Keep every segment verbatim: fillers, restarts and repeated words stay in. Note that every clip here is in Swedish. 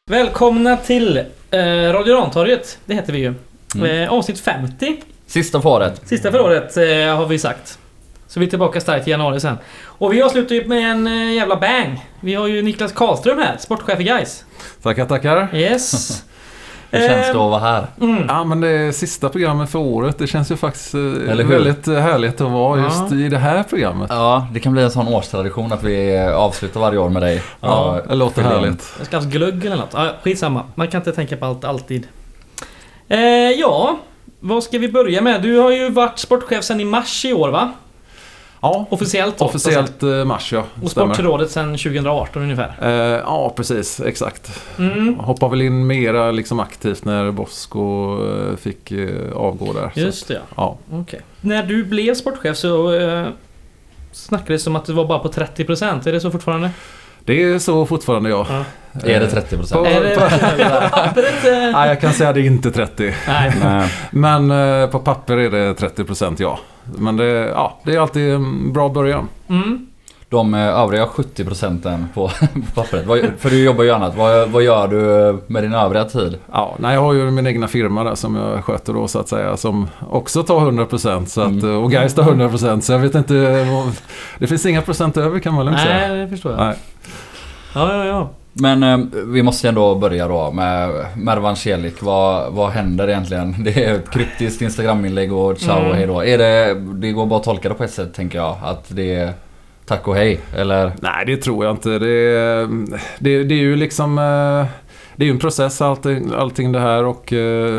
Välkomna till eh, Radio Rantorget, det heter vi ju. Mm. Eh, avsnitt femtio. Sista för året. Sista för året eh, har vi sagt. Så vi är tillbaka starkt i januari sen. Och vi avslutar ju med en eh, jävla bang. Vi har ju Niklas Karlström här, sportchef i Gais. Tackar, tackar. Yes. Hur känns det att vara här? Mm. Ja, men det är sista programmet för året. Det känns ju faktiskt väldigt härligt att vara just ja. i det här programmet. Ja, det kan bli en sån årstradition att vi avslutar varje år med dig. Ja, det låter härligt. Det ska ha glögg eller något. Ja, skitsamma. Man kan inte tänka på allt alltid. Eh, ja, vad ska vi börja med? Du har ju varit sportchef sedan i mars i år, va? Ja, officiellt då, officiellt mars, ja. Och Sportrådet sedan tjugohundraarton ungefär. Eh, ja, precis, exakt. Mm. Hoppar väl in mera liksom aktivt när Bosko fick eh, avgå där. Just det, ja. ja. Okay. När du blev sportchef så eh, snackades det som att det var bara på trettio procent. Är det så fortfarande? Det är så fortfarande, ja. ja. Är det trettio procent? Är det pappret? Nej, jag kan säga att det är inte trettio. Nej. Nej. Men eh, på papper är det trettio procent, ja. Men det, ja, det är alltid en bra början. Mm. De övriga sjuttio procenten på, på pappret. Vad, för du jobbar ju annat. Vad, vad gör du med din övriga tid? Ja, nej, jag har ju min egna firma där som jag sköter då, så att säga, som också tar hundra procent. Så att, mm. Och Gais tar hundra procent. Så jag vet inte, det finns inga procent över, kan man lugnt säga. Nej, det förstår jag. Nej. Ja, ja, ja. Men eh, vi måste ändå börja då med Mervan Celik. Vad, vad händer egentligen? Det är ett kryptiskt Instagram-inlägg och ciao och hej då. Är det, det går bara att tolka det på ett sätt, tänker jag. Att det är tack och hej, eller? Nej, det tror jag inte. Det, det, det är ju liksom... Det är ju en process, allting, allting det här. Och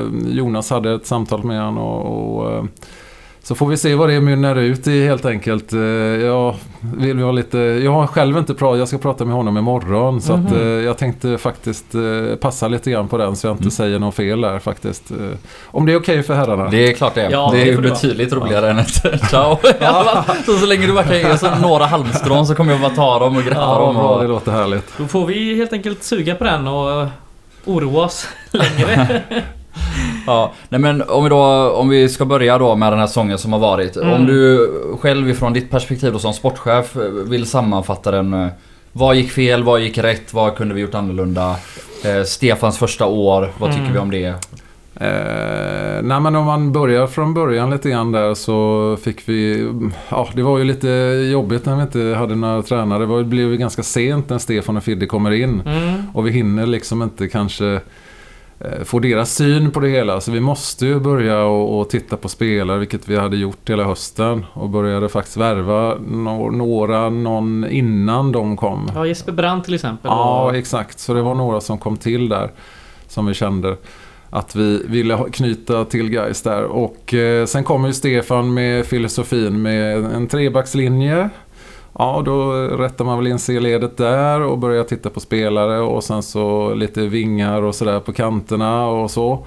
Jonas hade ett samtal med han och... och så får vi se vad det mynnar ut i, helt enkelt. Jag vill vara lite, jag har själv inte pratat, jag ska prata med honom imorgon. Så mm-hmm. att jag tänkte faktiskt passa lite grann på den så jag inte mm. säger något fel där faktiskt. Om det är okej för herrarna. Det är klart det är. Ja, det är ju betydligt roligare ja. än ett ciao. så, så länge du bara kan ge så några halmstrån så kommer jag bara ta dem och greppa ja, dem. Och... det låter härligt. Då får vi helt enkelt suga på den och oroa oss längre. Ja, nej men om vi då om vi ska börja då med den här sången som har varit. Mm. Om du själv ifrån ditt perspektiv då som sportchef vill sammanfatta den, vad gick fel, vad gick rätt, vad kunde vi gjort annorlunda? Eh, Stefans första år, vad tycker mm. vi om det? Eh, nej men om man börjar från början lite grann där så fick vi, ja det var ju lite jobbigt när vi inte hade några tränare. Det var, blev ju ganska sent när Stefan och Fidde kommer in mm. och vi hinner liksom inte kanske få deras syn på det hela. Så vi måste ju börja och, och titta på spelare, vilket vi hade gjort hela hösten. Och började faktiskt värva no- några någon innan de kom. Ja, Jesper Brandt till exempel. Ja, exakt. Så det var några som kom till där som vi kände att vi ville knyta till Gais där. Och eh, sen kommer ju Stefan med filosofin med en trebackslinje. Ja, då rättar man väl in C-ledet där och börjar titta på spelare och sen så lite vingar och sådär på kanterna och så.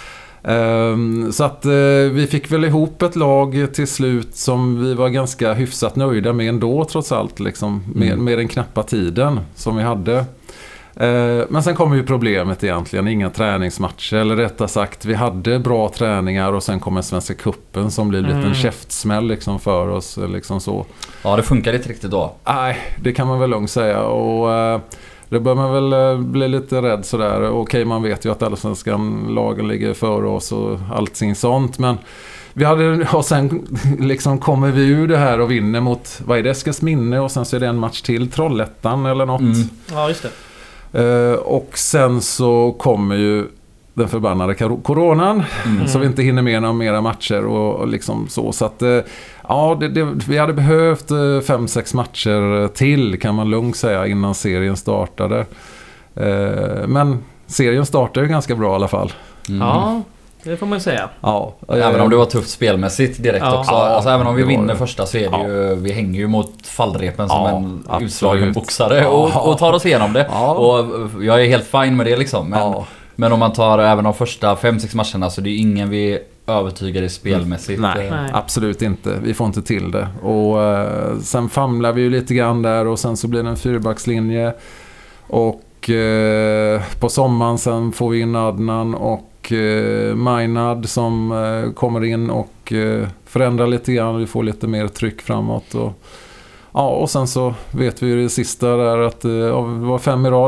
Um, så att uh, vi fick väl ihop ett lag till slut som vi var ganska hyfsat nöjda med ändå trots allt liksom, med, mm. med den knappa tiden som vi hade. Uh, men sen kommer ju problemet egentligen, inga träningsmatcher, eller rättare sagt vi hade bra träningar och sen kommer Svenska Cupen som blir lite mm. en käftsmäll liksom för oss liksom så. Ja, det funkar inte riktigt då. Nej, det kan man väl lugnt säga och uh, då bör man väl uh, bli lite rädd sådär. Okej, man vet ju att allsvenskan lagen ligger före oss och allting sånt, men vi hade, och sen liksom kommer vi ur det här och vinner mot, vad är det, Eskilsminne och sen så är det en match till, Trollhättan eller något. Mm. Ja, just det. Uh, och sen så kommer ju den förbannade coronan mm. så vi inte hinner med några mera matcher och, och liksom så, så att uh, ja, det, det, vi hade behövt uh, fem, sex matcher till kan man lugnt säga innan serien startade. Uh, men serien startade ju ganska bra i alla fall. Mm. Ja, det får man säga. Ja, även om det var tufft spelmässigt direkt ja. också. Alltså, även om vi vinner det. första så är det ja. ju, vi hänger ju mot fallrepen som ja, en absolut. utslagen boxare ja. och, och tar oss igenom det. Ja. Och jag är helt fine med det liksom. Men, ja. men om man tar även de första fem sex matcherna så det är ingen vi övertygar i spelmässigt. Mm. Nej, Nej, absolut inte. Vi får inte till det. Och eh, sen famlar vi ju lite grann där och sen så blir det en fyrbackslinje. Och eh, på sommaren sen får vi in Adnan och och eh, Maynard som eh, kommer in och eh, förändrar lite grann. Vi får lite mer tryck framåt och, ja, och sen så vet vi ju det sista där att eh, det var fem i rad va?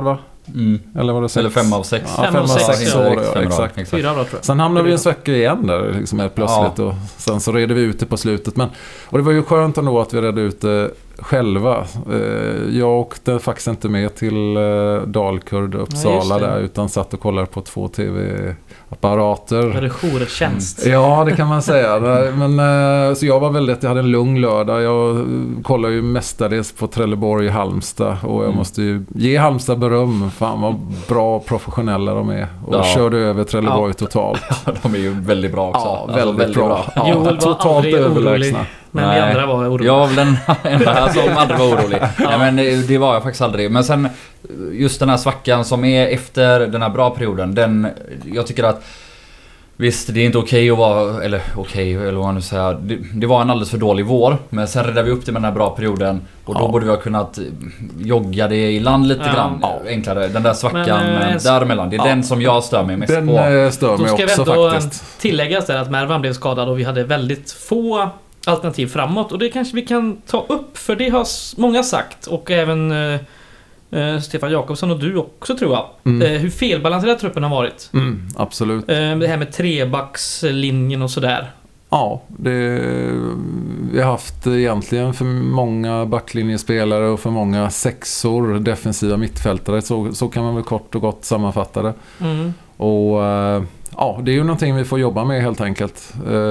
Mm. Eller var det sex? Eller fem av sex. Ja, fem av sex år, ja, exakt. exakt. Fyra bra, tror jag. Sen hamnade vi i en svacka igen där liksom helt plötsligt. Ja. Och sen så redde vi ut det på slutet. Men, och det var ju skönt ändå att vi redde ut det själva. Jag åkte faktiskt inte med till Dalkurd Uppsala ja, där, utan satt och kollade på två tv-apparater. Var det jourtjänst? Mm. Ja, det kan man säga. Men, så jag var väldigt, jag hade en lugn lördag. Jag kollade ju mestadels på Trelleborg i Halmstad och jag mm. måste ju ge Halmstad beröm. Fan vad bra professionella de är. Och ja. körde över Trelleborg ja. totalt. Ja, de är ju väldigt bra också. Ja, väldigt, alltså, väldigt bra. bra. Ja, Joel var totalt överlägsna. Men vi andra var oroliga. Jag var väl den enda här som aldrig var orolig. Ja. Nej, men det, det var jag faktiskt aldrig. Men sen just den här svackan som är efter den här bra perioden. Den, jag tycker att visst, det är inte okej att vara, eller okej, eller vad man nu säger. Det, det var en alldeles för dålig vår. Men sen räddade vi upp det med den här bra perioden. Och då ja. borde vi ha kunnat jogga det i land lite ja. grann ja. enklare. Den där svackan men, äh, däremellan. Det är ja. den som jag stör mig mest den, på. Den stör mig också då faktiskt. Tilläggas där att Mervan blev skadad och vi hade väldigt få alternativ framåt. Och det kanske vi kan ta upp, för det har många sagt. Och även eh, Stefan Jakobsson och du också, tror jag. Mm. Eh, hur felbalanserad truppen har varit. Mm, absolut. Eh, det här med trebackslinjen och sådär. Ja, det, vi har haft egentligen för många backlinjespelare och för många sexor defensiva mittfältare. Så, så kan man väl kort och gott sammanfatta det. Mm. Och ja, det är ju någonting vi får jobba med helt enkelt.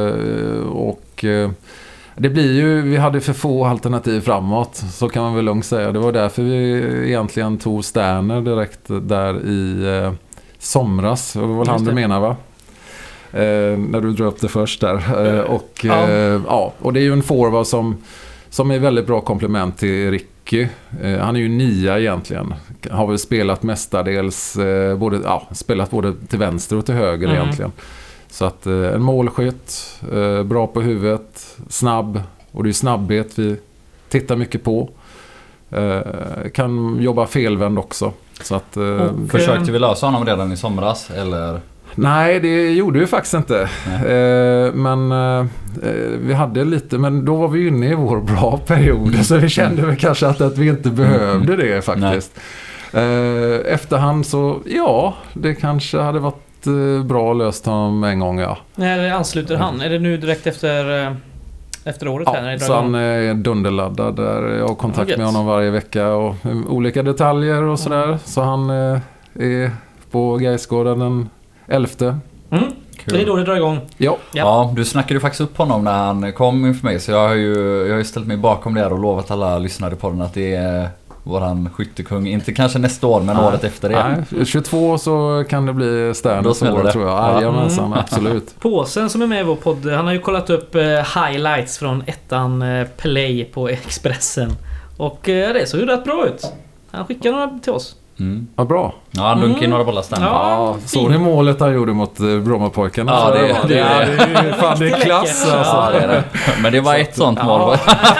Och det blir ju, vi hade för få alternativ framåt, så kan man väl lugnt säga. Det var därför vi egentligen tog Sterner direkt där i somras. Det var väl han du menar, va? Eh, när du drar upp det först där. Eh, och, ja. Eh, ja, och det är ju en forward som, som är väldigt bra komplement till Ricky. Eh, han är ju nia egentligen. Har väl spelat mestadels eh, både, ja, spelat både till vänster och till höger mm. egentligen. Så att eh, en målskytt, eh, bra på huvudet, snabb. Och det är snabbhet vi tittar mycket på. Eh, kan jobba felvänd också. Så att, eh, och, försökte vi lösa honom redan i somras, eller? Nej, det gjorde vi faktiskt inte. Eh, men eh, vi hade lite, men då var vi inne i vår bra period. Så vi kände väl kanske att, att vi inte behövde det faktiskt. Eh, efterhand så, ja, det kanske hade varit eh, bra löst honom en gång, ja. När ansluter han? Är det nu direkt efter... Eh... Efter året ja, här, när så han är dunderladdad där. Jag har kontakt oh, med honom varje vecka och olika detaljer och sådär. Mm. Så han eh, är på Gaisgården den elfte. Mm. Det är då det drar igång. Ja. Ja. Ja, du snackade ju faktiskt upp honom när han kom inför mig. Så jag har ju, jag har ju ställt mig bakom det här och lovat alla lyssnare på den att det är våran skyttekung. Inte kanske nästa år, men nej. året efter det. Nej, tjugotvå så kan det bli Sterners år, tror jag. Ja. Jajamensan, mm. absolut. Påsen som är med i vår podd, han har ju kollat upp highlights från ettan Play på Expressen. Och det såg ju rätt bra ut. Han skickade några till oss. Mm. Ja, bra. Ja, han dunkade mm. några bollar stämmer. Ja, så det målet han gjorde mot Brommapojkarna. Ja, det, det, det, ja, det är fan, det är klass alltså. Ja, det är det. Men det var ett sånt mål.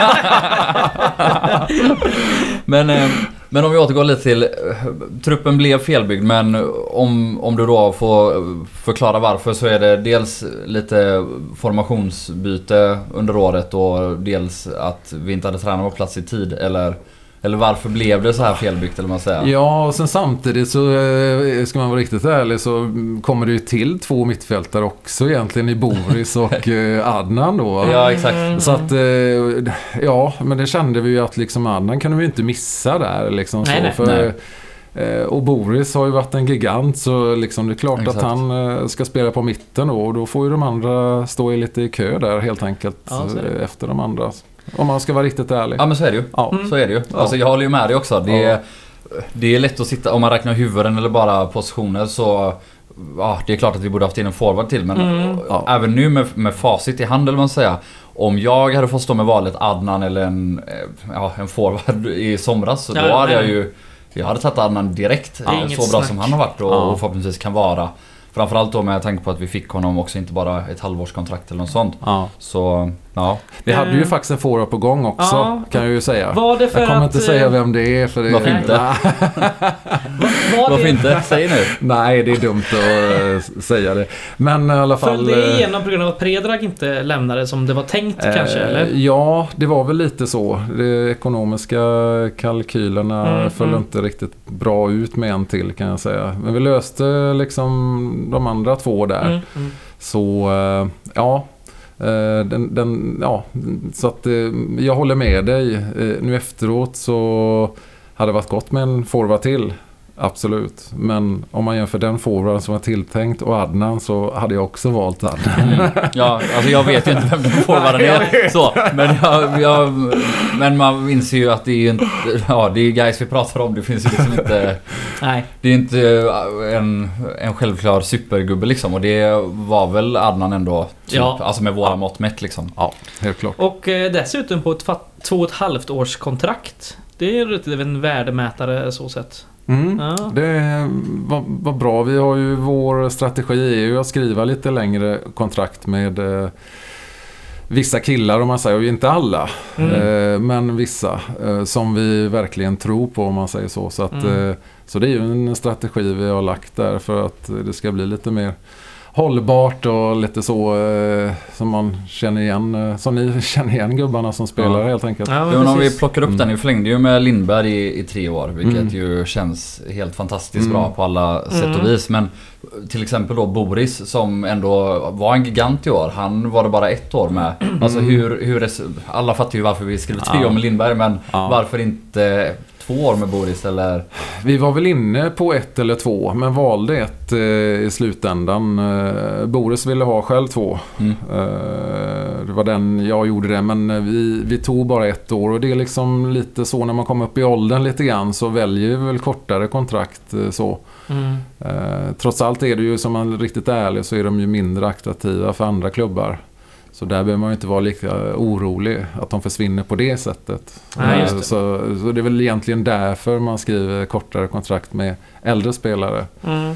men, men om vi återgår lite till truppen blev felbyggd, men om, om du då får förklara varför, så är det dels lite formationsbyte under året och dels att vi inte hade tränat på plats i tid, eller Eller varför blev det så här felbyggt, eller man säger? Ja, och sen samtidigt så ska man vara riktigt ärlig, så kommer det ju till två mittfältare också egentligen i Boris och Adnan då. Ja, exakt. Så att ja, men det kände vi ju att liksom Adnan kunde vi inte missa där liksom. Nej, så, nej, för, nej. Och Boris har ju varit en gigant, så liksom det är klart exakt. Att han ska spela på mitten då, och då får ju de andra stå i lite i kö där helt enkelt, ja, efter de andra. Om man ska vara riktigt ärlig. Ja, men så är det ju. Ja. Mm. Så är det ju. Alltså, jag håller ju med dig också. Det är, ja. det är lätt att sitta, om man räknar huvuden eller bara positioner, så ja, det är klart att vi borde haft in en forward till. Men mm. ja. även nu med, med facit i hand, eller man säga, om jag hade fått stå med valet Adnan eller en, ja, en forward i somras, så ja, då hade jag ju jag hade tagit Adnan direkt. Ja, så bra snack. Som han har varit och, ja. och förhoppningsvis kan vara. Framförallt då med tanke på att vi fick honom också inte bara ett halvårskontrakt eller något sånt. Ja. Så Ja. Vi hade ju faktiskt en forward på gång också, ja, kan jag ju säga. Var det för jag kommer att, inte säga vem det är. För det varför inte? var varför inte? Säg nu. Nej, det är dumt att uh, säga det. Men i alla fall... Föll det igenom på grund av att Predrag inte lämnade som det var tänkt uh, kanske? Eller? Ja, det var väl lite så. De ekonomiska kalkylerna mm, föll mm. inte riktigt bra ut med en till, kan jag säga. Men vi löste liksom de andra två där. Mm, mm. Så, uh, ja... Den, den, ja, så att jag håller med dig. Nu efteråt så hade det varit gott med en forward till. Absolut. Men om man jämför den forwarden som var tilltänkt och Adnan, så hade jag också valt Adnan. Mm. Ja, alltså jag vet ju inte vem den forwarden är. Så, men, jag, jag, men man inser ju att det är ju inte, ja, det är guys vi pratar om. Det finns ju liksom inte... Nej. Det är inte en, en självklar supergubbe liksom. Och det var väl Adnan ändå. Typ, ja. Alltså med våra mått mätt liksom. Ja, helt klart. Och eh, dessutom på ett två och ett halvt års kontrakt. Det är en värdemätare så sett. Mm, ja. Det var, var bra. Vi har ju vår strategi är ju att skriva lite längre kontrakt med eh, vissa killar, om man säger, och inte alla, mm. eh, men vissa eh, som vi verkligen tror på, om man säger så. Så, att, mm. eh, så det är ju en strategi vi har lagt där för att det ska bli lite mer hållbart och lite så eh, som man känner igen, eh, som ni känner igen gubbarna som spelar, ja. Helt enkelt. Ja, men om vi plockar upp mm. den, vi förlängde ju med Lindberg i, i tre år, vilket mm. ju känns helt fantastiskt mm. bra på alla sätt och vis. Men till exempel då Boris, som ändå var en gigant i år, han var det bara ett år med. Mm. Alltså hur, hur det, alla fattar ju varför vi skrev tre ja. år med Lindberg, men ja. varför inte två år med Boris, eller? Vi var väl inne på ett eller två, men valde ett eh, i slutändan. Eh, Boris ville ha själv två. Mm. Eh, det var den jag gjorde det, men vi, vi tog bara ett år, och det är liksom lite så när man kommer upp i åldern lite grann, så väljer vi väl kortare kontrakt eh, så. Mm. Eh, trots allt är det ju, som man är riktigt ärlig, så är de ju mindre attraktiva för andra klubbar. Så där behöver man ju inte vara lika orolig att de försvinner på det sättet. Nej, just det. Så, så det är väl egentligen därför man skriver kortare kontrakt med äldre spelare. Mm.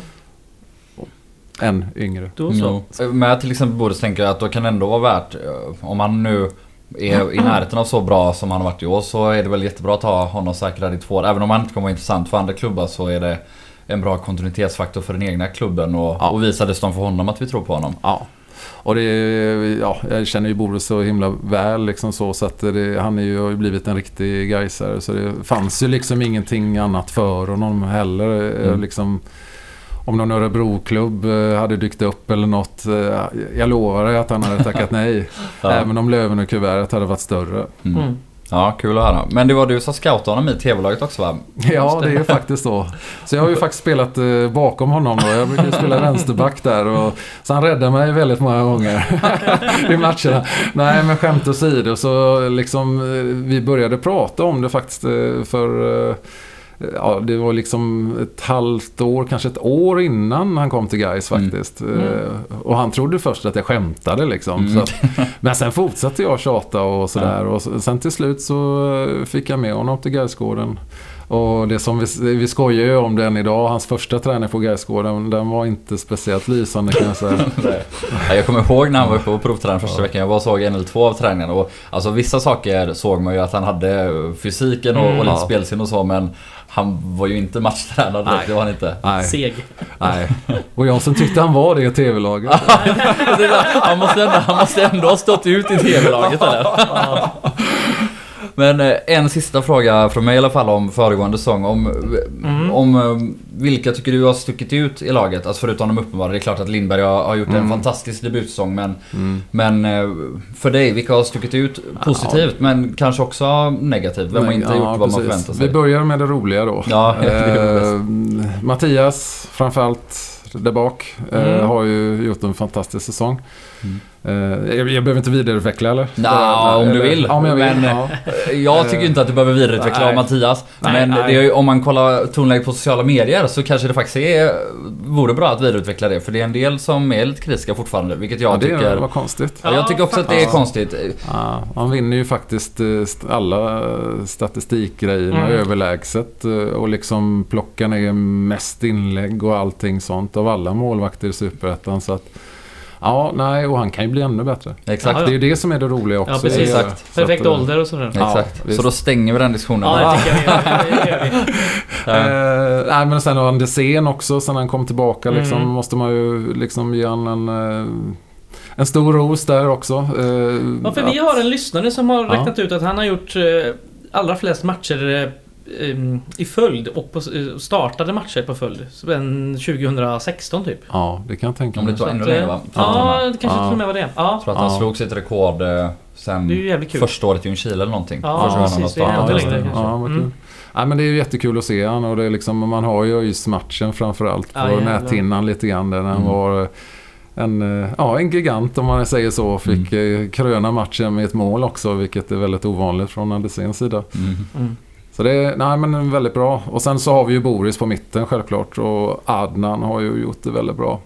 Än yngre. Då så. Mm. Men jag till exempel borde tänka att då kan det ändå vara värt, om man nu är i närheten av så bra som han har varit i år, så är det väl jättebra att ha honom säkrad i två år. Även om han inte kommer vara intressant för andra klubbar, så är det en bra kontinuitetsfaktor för den egna klubben, och, ja. och visa dessutom för honom att vi tror på honom. Ja. Och det, ja, jag känner ju Boris så himla väl liksom så, så att det, han är ju, har ju blivit en riktig gaisare, så det fanns ju liksom ingenting annat för honom heller. Mm. Liksom, om någon Örebro-klubb hade dykt upp eller något, jag lovar att han hade tackat nej. Ja. Även om Löven och kuvertet hade varit större. Mm. Mm. Ja, kul att höra. Men det var du som scoutade honom i tv-laget också, va? Ja, det är ju faktiskt så. Så jag har ju faktiskt spelat eh, bakom honom då. Jag brukar spela vänsterback där, och så han räddade mig väldigt många gånger i matcherna. Nej, men skämt åsido, så liksom vi började prata om det faktiskt för... Eh, Ja, det var liksom ett halvt år, kanske ett år innan han kom till Gais faktiskt. Mm. Mm. Och han trodde först att jag skämtade liksom. Mm. Så att, men sen fortsatte jag tjata och sådär. Mm. Och sen till slut så fick jag med honom till Gaisgården. Och det som vi, vi skojar ju om den idag, hans första träning på Gaisgården, den var inte speciellt lysande, kan jag säga. Jag kommer ihåg när han var på provträning första veckan, jag bara såg en eller två av träningarna, och alltså vissa saker såg man ju att han hade fysiken och, och lite mm. spelsin och så, men han var ju inte matchtränad. Nej. Det var han inte. Nej. Seg. Nej. Och Jansson tyckte han var det i tv-laget. han, måste ändå, han måste ändå ha stått ut i tv-laget eller? Men en sista fråga från mig i alla fall om föregående säsong. Om, mm. om vilka tycker du har stuckit ut i laget? Alltså förutom de uppenbara. Det är klart att Lindberg har, har gjort mm. en fantastisk debutsäsong. Men, mm. men för dig, vilka har stuckit ut positivt, ja. men kanske också negativt? Vem har inte ja, gjort vad precis. man förväntar sig? Vi börjar med det roliga då. Ja, eh, Mattias framförallt där bak mm. eh, har ju gjort en fantastisk säsong. Mm. Uh, jag, jag behöver inte vidareutveckla eller? Ja, om du vill. Ja, men jag, vill. Men, ja. jag tycker inte att du behöver vidareutveckla nej. Mattias. Nej, men nej. Det är ju, om man kollar tonläget på sociala medier, så kanske det faktiskt är, vore bra att vidareutveckla det. För det är en del som är lite kritiska fortfarande, vilket jag ja, det tycker... var konstigt. Ja, jag tycker också att det är ja. konstigt. Ja, man vinner ju faktiskt alla statistikgrejerna mm. överlägset. Och liksom plockar ner mest inlägg och allting sånt av alla målvakter i Superettan. Så att Ja, nej, och han kan ju bli ännu bättre. Exakt. Det är ju det som är det roliga också. Ja, precis. Exakt. Perfekt att, ålder och sådär. Exakt. Ja, så då stänger vi den diskussionen. Ja, det tycker jag vi gör. Det gör vi. Ja. Eh, nej, men sen har Andersen också, sen han kom tillbaka liksom, Mm. måste man ju liksom ge han en, eh, en stor ros där också. Eh, Ja, för att, vi har en lyssnare som har Ja. räknat ut att han har gjort eh, allra flest matcher eh, em, i följd och på, eh, startade matcher på följd. Sen tjugohundrasexton typ. Ja, det kan jag tänka Om mig. det tar Så ännu att, längre eh, va? Ja, det kanske Ja. till och med var det. Ja, Jag tror att han Ja. slog sitt rekord eh, sen det är ju jävligt kul. första året i Ljungskile eller någonting. Ja, Första gången han precis, det är startade. ännu just längre det. kanske. Ja, vad kul. Mm. Nej, men det är ju jättekul att se han och det är liksom, man har ju ÖIS-matchen framförallt på Ja, jävlar. näthinnan lite grann där han Mm. var en, eh, ja, en gigant om man säger så. Fick mm. kröna matchen med ett mål också, vilket är väldigt ovanligt från Andersens sida. Mm. Mm. Så det är, nej, men väldigt bra. Och sen så har vi ju Boris på mitten självklart och Adnan har ju gjort det väldigt bra.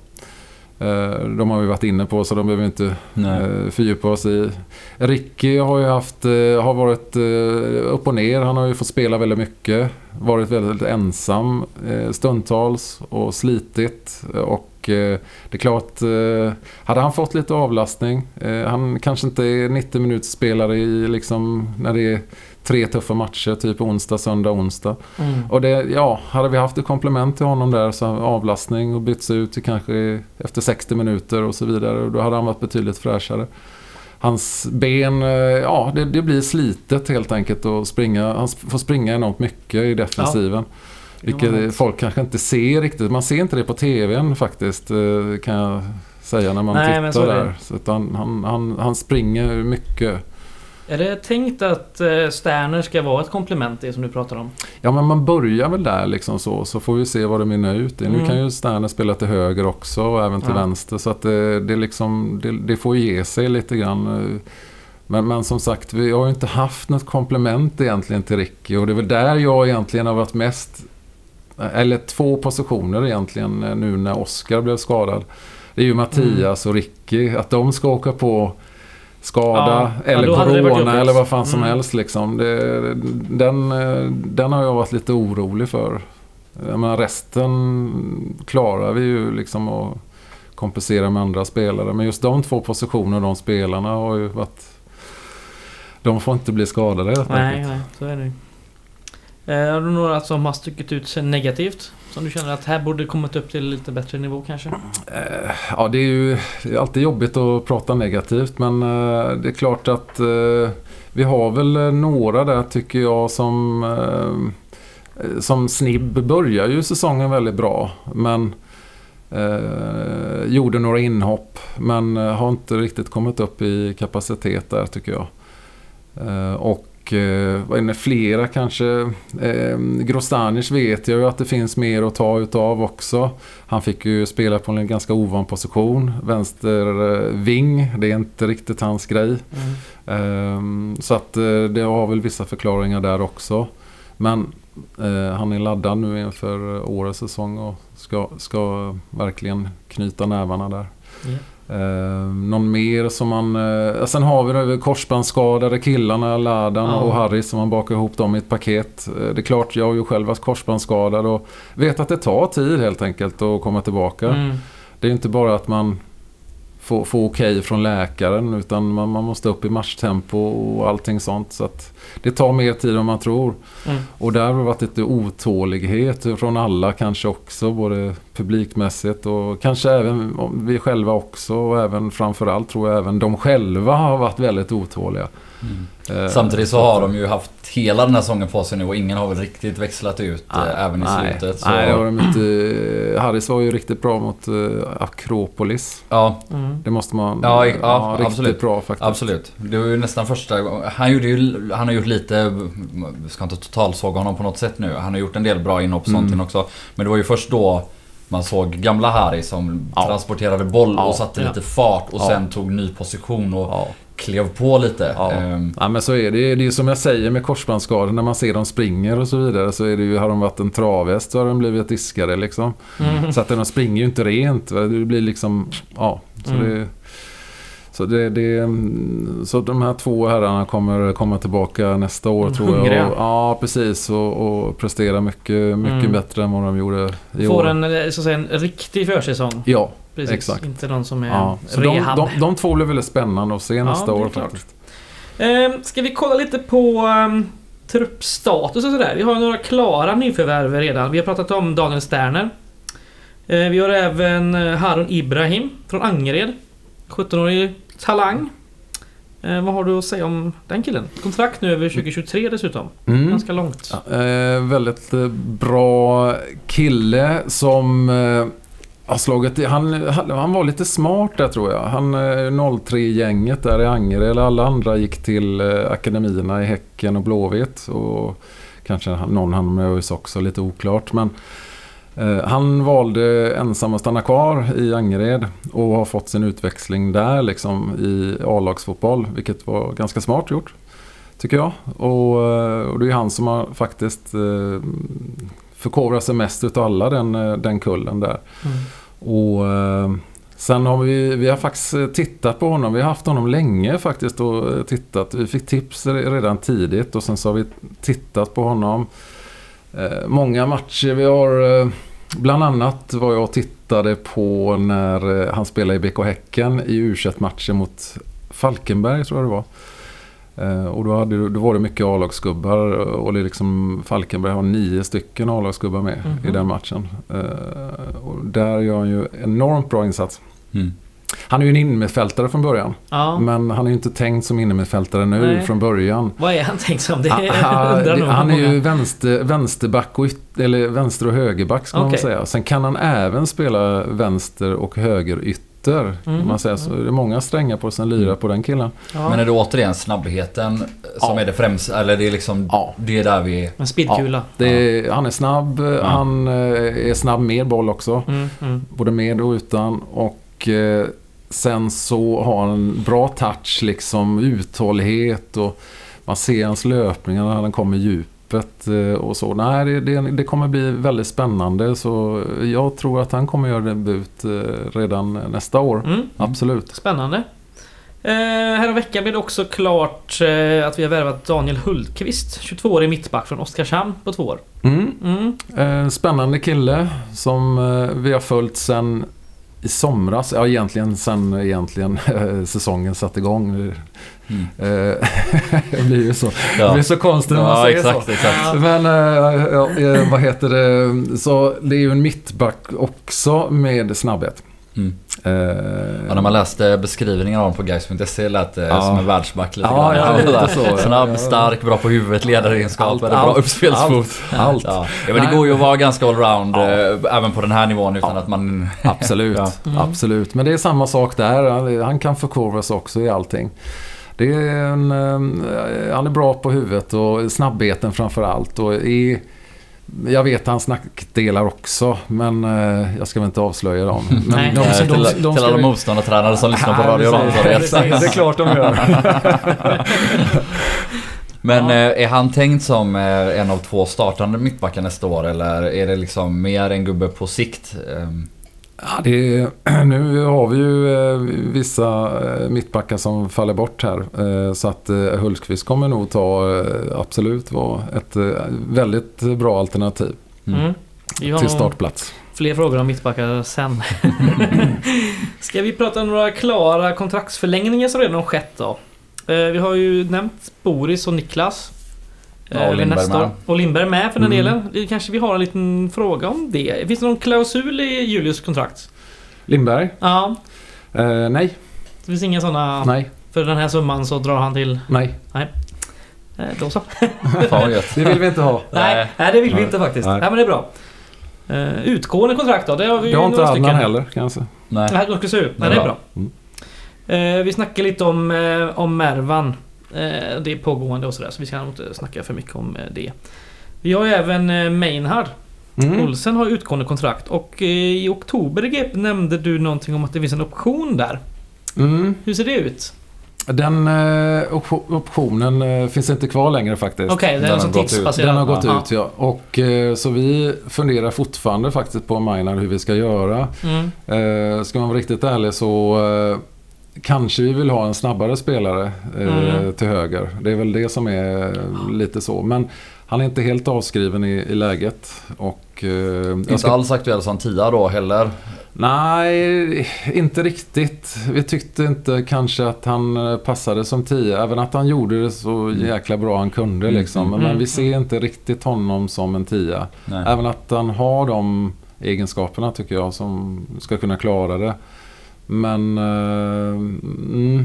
Eh, De har vi varit inne på så de behöver inte eh, fördjupa oss i. Ricky har ju haft, eh, har varit eh, upp och ner. Han har ju fått spela väldigt mycket. Varit väldigt ensam eh, stundtals och slitit. Och eh, det är klart, eh, hade han fått lite avlastning. Eh, han kanske inte är nittio minuters spelare i liksom när det är tre tuffa matcher, typ onsdag, söndag, onsdag. Mm. Och det, ja, hade vi haft ett komplement till honom där, så avlastning och byts ut till kanske efter sextio minuter och så vidare, och då hade han varit betydligt fräschare. Hans ben, ja, det, det blir slitet helt enkelt att springa. Han får springa enormt mycket i defensiven. Ja. Vilket ja, folk kanske inte ser riktigt. Man ser inte det på tvn faktiskt, kan jag säga när man Nej, tittar där. Så utan han, han, han springer mycket. Är det tänkt att Sterner ska vara ett komplement, det som du pratar om? Ja, men man börjar väl där liksom så. Så får vi se vad det mynnar ut i. Mm. Nu kan ju Sterner spela till höger också och även till ja. vänster. Så att det, det, liksom, det, det får ge sig lite grann. Men, men som sagt, vi har ju inte haft något komplement egentligen till Ricky. Och det är väl där jag egentligen har varit mest... Eller två positioner egentligen nu när Oscar blev skadad. Det är ju Mattias mm. och Ricky. Att de ska åka på... skada ja, eller ja, corona eller vad fan som mm. helst liksom. Det, den, den har jag varit lite orolig för. Men resten klarar vi ju liksom att kompensera med andra spelare. Men just de två positionerna, de spelarna har ju varit... De får inte bli skadade. Nej, nej, så är det. Eh, har du några som har stuckit ut sig negativt? Som du känner att här borde kommit upp till lite bättre nivå kanske? Eh, ja, det är ju det är alltid jobbigt att prata negativt. Men eh, det är klart att eh, vi har väl några där tycker jag som... Eh, som Snibb börjar ju säsongen väldigt bra. Men eh, gjorde några inhopp. Men eh, har inte riktigt kommit upp i kapacitet där tycker jag. Eh, och vad är det, flera kanske eh, Grostanic vet jag ju att det finns mer att ta utav också. Han fick ju spela på en ganska ovan position, vänsterving, eh, det är inte riktigt hans grej. Mm. Eh, så att eh, det har väl vissa förklaringar där också. Men eh, han är laddad nu inför årets säsong och ska, ska verkligen knyta nävarna där. Mm. Eh, någon mer som man... Eh, sen har vi nu korsbandsskadade killarna, Ladan ja. och Harry, som man bakar ihop dem i ett paket. Eh, det är klart, jag har ju själv varit korsbandsskadad och vet att det tar tid helt enkelt att komma tillbaka. Mm. Det är inte bara att man får, får okej från läkaren, utan man, man måste upp i matchtempo och allting sånt. Så att det tar mer tid än man tror. Mm. Och där har varit lite otålighet från alla kanske också, både publikmässigt och kanske även vi själva också, och även framförallt tror jag även de själva har varit väldigt otåliga. Mm. Eh, Samtidigt så har de ju haft hela den här säsongen på sig nu och ingen har väl riktigt växlat ut nej, eh, även i nej, slutet. Så. Nej, det har de inte. Harris var ju riktigt bra mot uh, Akropolis. Ja. Mm. Det måste man ja, ja, ja, riktigt absolut. bra faktiskt. Absolut. Det var ju nästan första han gjorde ju han har gjort lite, ska inte totalsåga honom på något sätt nu. Han har gjort en del bra inhopp mm. sånt också. Men det var ju först då man såg gamla Harry som ja. transporterade boll och ja. satte ja. lite fart och ja. sen tog ny position och ja. klev på lite. Ja. Um. ja, men så är det. Det är som jag säger med korsbandsskador, när man ser dem springer och så vidare, så är det ju, har de varit en travhäst så har de blivit diskare liksom. Mm. Så att de springer ju inte rent. Det blir liksom, ja. Så mm. det, Så, det, det, så de här två herrarna kommer komma tillbaka nästa år tror jag. Hungriga. Och, ja, precis. Och, och prestera mycket, mycket Mm. bättre än vad de gjorde i Får år. en, så att säga, en riktig försäsong. Ja, Precis. exakt. Inte någon som är Ja. Så de, rehab. de, de två blir väldigt spännande att se Ja, nästa det är år klart. faktiskt. Eh, ska vi kolla lite på um, truppstatus och sådär. Vi har några klara nyförvärv redan. Vi har pratat om Daniel Sterner. Eh, vi har även eh, Harun Ibrahim från Angered. sjuttonårig talang. Eh, vad har du att säga om den killen? Kontrakt nu över tjugohundratjugotre dessutom. Mm. Ganska långt. Ja, eh, väldigt eh, bra kille som eh, har slagit i, han, han, han var lite smart där tror jag. Han eh, noll tre-gänget där i Angered, eller alla andra gick till eh, akademierna i Häcken och Blåvitt och kanske någon han med ÖIS också, lite oklart, men eh, han valde ensam att stanna kvar i Angered och har fått sin utväxling där liksom i A-lagsfotboll, vilket var ganska smart gjort tycker jag. Och, och det är han som har faktiskt eh, förkovrat sig mest utav alla den, den kullen där. Mm. Och eh, sen har vi, vi har faktiskt tittat på honom. Vi har haft honom länge faktiskt och tittat. Vi fick tips redan tidigt och sen så har vi tittat på honom. Eh, många matcher. Vi har eh, bland annat vad jag tittade på när eh, han spelade i B K Häcken i U tjugoett-matchen mot Falkenberg tror jag det var. Uh, och då, hade, då var det mycket A-lagsgubbar och det liksom Falkenberg har nio stycken A-lagsgubbar med mm-hmm. i den matchen. Uh, och där gör han ju enormt bra insats. Mm. Han är ju en innermittfältare från början. Ja. Men han är ju inte tänkt som innermittfältare nu Nej. från början. Vad är han tänkt som? Det är, ah, det, det, han är ju vänster, vänsterback och yt, eller vänster- och högerback ska okay. man säga. Sen kan han även spela vänster- och högerytter. Mm. Man säger, så det är många strängar på sin lyra på den killen. Ja. Men är det återigen snabbheten som ja. är det främsta? Eller det är liksom ja. det är där vi... En speedkula. Ja. Det är, han är snabb. Ja. Han är snabb med boll också. Mm. Mm. Både med och utan. Och eh, sen så har han en bra touch, liksom uthållighet och man ser hans löpningar när han kommer djup. Och så. Nej, det, det, det kommer bli väldigt spännande så jag tror att han kommer göra debut redan nästa år. Mm. Absolut. Spännande. Eh, här om veckan blir det också klart eh, att vi har värvat Daniel Hultqvist, tjugotvåårig mittback från Oskarshamn på två år. Mm. Mm. Eh, spännande kille som eh, vi har följt sen i somras, ja egentligen sen egentligen eh, säsongen satt igång. Mm. Det blir ju så. Ja. Det blir så konstigt när man ja, säger exakt, så. Exakt. Men äh, ja, vad heter det? Så det är ju en mittback också med snabbhet. Mm. Uh, ja, när man läste beskrivningen av honom på guys punkt se lät det ja. som en världsback lite ja, ja, lite så. Snabb, stark, bra på huvudet, ledaregenskaper, bra uppspelsfot. Allt. allt. Ja. Ja, men det går ju att vara ganska allround ja. äh, även på den här nivån utan ja. att man... Absolut, ja. mm. absolut. Men det är samma sak där. Han kan förkovras också i allting. Det är en, han är bra på huvudet och snabbheten framför allt. Och i, jag vet hans nackdelar också, men jag ska väl inte avslöja dem. Men Nej, de, de, de, de, de till alla vi... motståndartränare som lyssnar på Radio Rand. Det, det, det är klart de gör. Men ja. är han tänkt som en av två startande mittbackar nästa år eller är det liksom mer en gubbe på sikt? Ja, det är, nu har vi ju eh, vissa eh, mittbackar som faller bort här. Eh, så att eh, Hultqvist kommer nog ta eh, absolut vara ett eh, väldigt bra alternativ mm. Mm. till startplats. Fler frågor om mittbackar sen. Ska vi prata om några klara kontraktsförlängningar som redan har skett då? Eh, vi har ju nämnt Boris och Niklas. Ja, och Lindberg med. Och Lindberg med för den mm. delen. Det kanske vi har en liten fråga om det. Finns det någon klausul i Julius kontrakt? Lindberg? Ja. Uh, nej. Det finns inga sådana... Nej. För den här summan så drar han till... Nej. Nej. Eh, då så. Det vill vi inte ha. Nej, nej det vill vi inte faktiskt. Nej, nej men det är bra. Uh, utgående kontrakt då? Det har vi ju några stycken. Det har inte Adnan heller kanske. Nej. Nej, det ska se ut. Nej, det är bra. Mm. Uh, vi snackar lite om, uh, om Mervan. Det är pågående och sådär, så vi ska inte snacka för mycket om det. Vi har ju även Meinhard. Mm. Olsen har utgående kontrakt och i oktober G P nämnde du någonting om att det finns en option där. Mm. Hur ser det ut? Den eh, optionen eh, finns inte kvar längre faktiskt. Okej, okay, den, den, har gått ut. den har gått ut, ja. Och eh, så vi funderar fortfarande faktiskt på Meinhard hur vi ska göra. Mm. Eh, ska man vara riktigt ärlig så... Eh, kanske vi vill ha en snabbare spelare eh, Mm. till höger. Det är väl det som är lite så. Men han är inte helt avskriven i, i läget. Och, eh, jag Inte ska... alls aktuell som tia då heller. Nej, inte riktigt. Vi tyckte inte kanske att han passade som tia. Även att han gjorde det så jäkla bra han kunde liksom. Men, Mm. men vi ser inte riktigt honom som en tia. Nej. Även att han har de egenskaperna tycker jag som ska kunna klara det. Men eh, mm,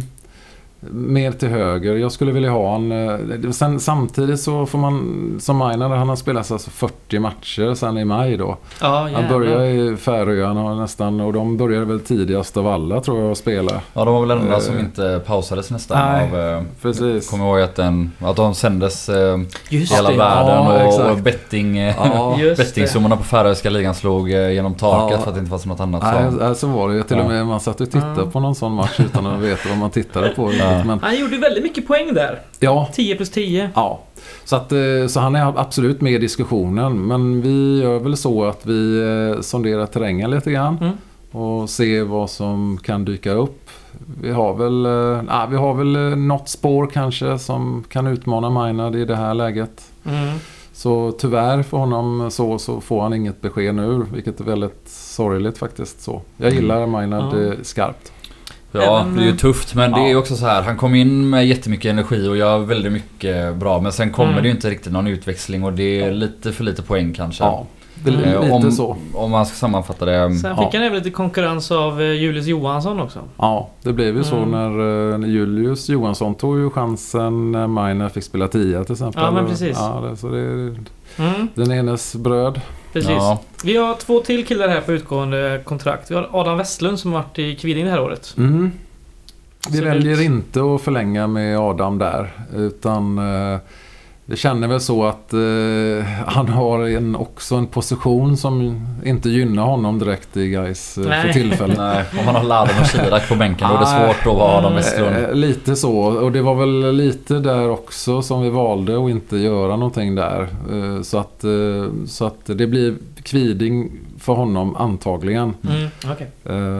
mer till höger. Jag skulle vilja ha han. Eh, sen, samtidigt så får man som Maynard, han har spelat alltså fyrtio matcher sen i maj då. Ja, Han började i Färöarna nästan och de började väl tidigast av alla tror jag att spela. Ja, de var väl enda Eh, som inte pausades nästan nej, av... Eh, precis. Kommer ihåg att, den, att de sändes eh, i Just hela det. världen Ja, och, exakt. och betting, eh, Ja, Just det. bettingsummorna på Färöiska ligan slog eh, genom taket Ja. för att det inte fanns något annat. Nej, Så. nej, så var det. Till och med man satt och tittade Ja. på någon sån match utan att veta vad man tittade på. Ja. Men, Han gjorde väldigt mycket poäng där. ja, tio plus tio. ja. Så, att, eh, så han är absolut med i diskussionen. Men vi gör väl så att vi eh, sonderar terrängen lite grann. Mm. Och ser vad som kan dyka upp. Vi har väl, eh, nah, vi har väl eh, något spår kanske som kan utmana Maynard i det här läget. Mm. Så tyvärr för honom så, så får han inget besked nu. Vilket är väldigt sorgligt faktiskt. Så. Jag gillar Maynard Ja. eh, skarpt. Ja, Även, det är ju tufft men det är ju ja. också så här. Han kom in med jättemycket energi och gör väldigt mycket bra. Men sen kommer Mm. det ju inte riktigt någon utväxling och det är lite för lite poäng kanske. Ja, det är Mm. Eh, lite om, så. om man ska sammanfatta det. Sen Ja. fick han även lite konkurrens av eh, Julius Johansson också. Ja, det blev ju så Mm. när, eh, när Julius Johansson tog ju chansen när Maynard fick spela tia till exempel. Ja, men precis. Ja, det, så det är Mm. den enes bröd. Precis. Ja. Vi har två till killar här på utgående kontrakt. Vi har Adam Westlund som varit i Kviding det här året. Mm. Vi Ser väljer ut. inte att förlänga med Adam där. Utan eh, vi känner väl så att eh, han har en, också en position som inte gynnar honom direkt i Gais eh, för Nej. tillfället. Nej, om man har Laden och Kirak på bänken då är det Nej. svårt att vara Adam Westlund. Eh, lite så. Och det var väl lite där också som vi valde att inte göra någonting där. Eh, så, att, eh, så att det blir Kviding för honom antagligen. Mm. Okej.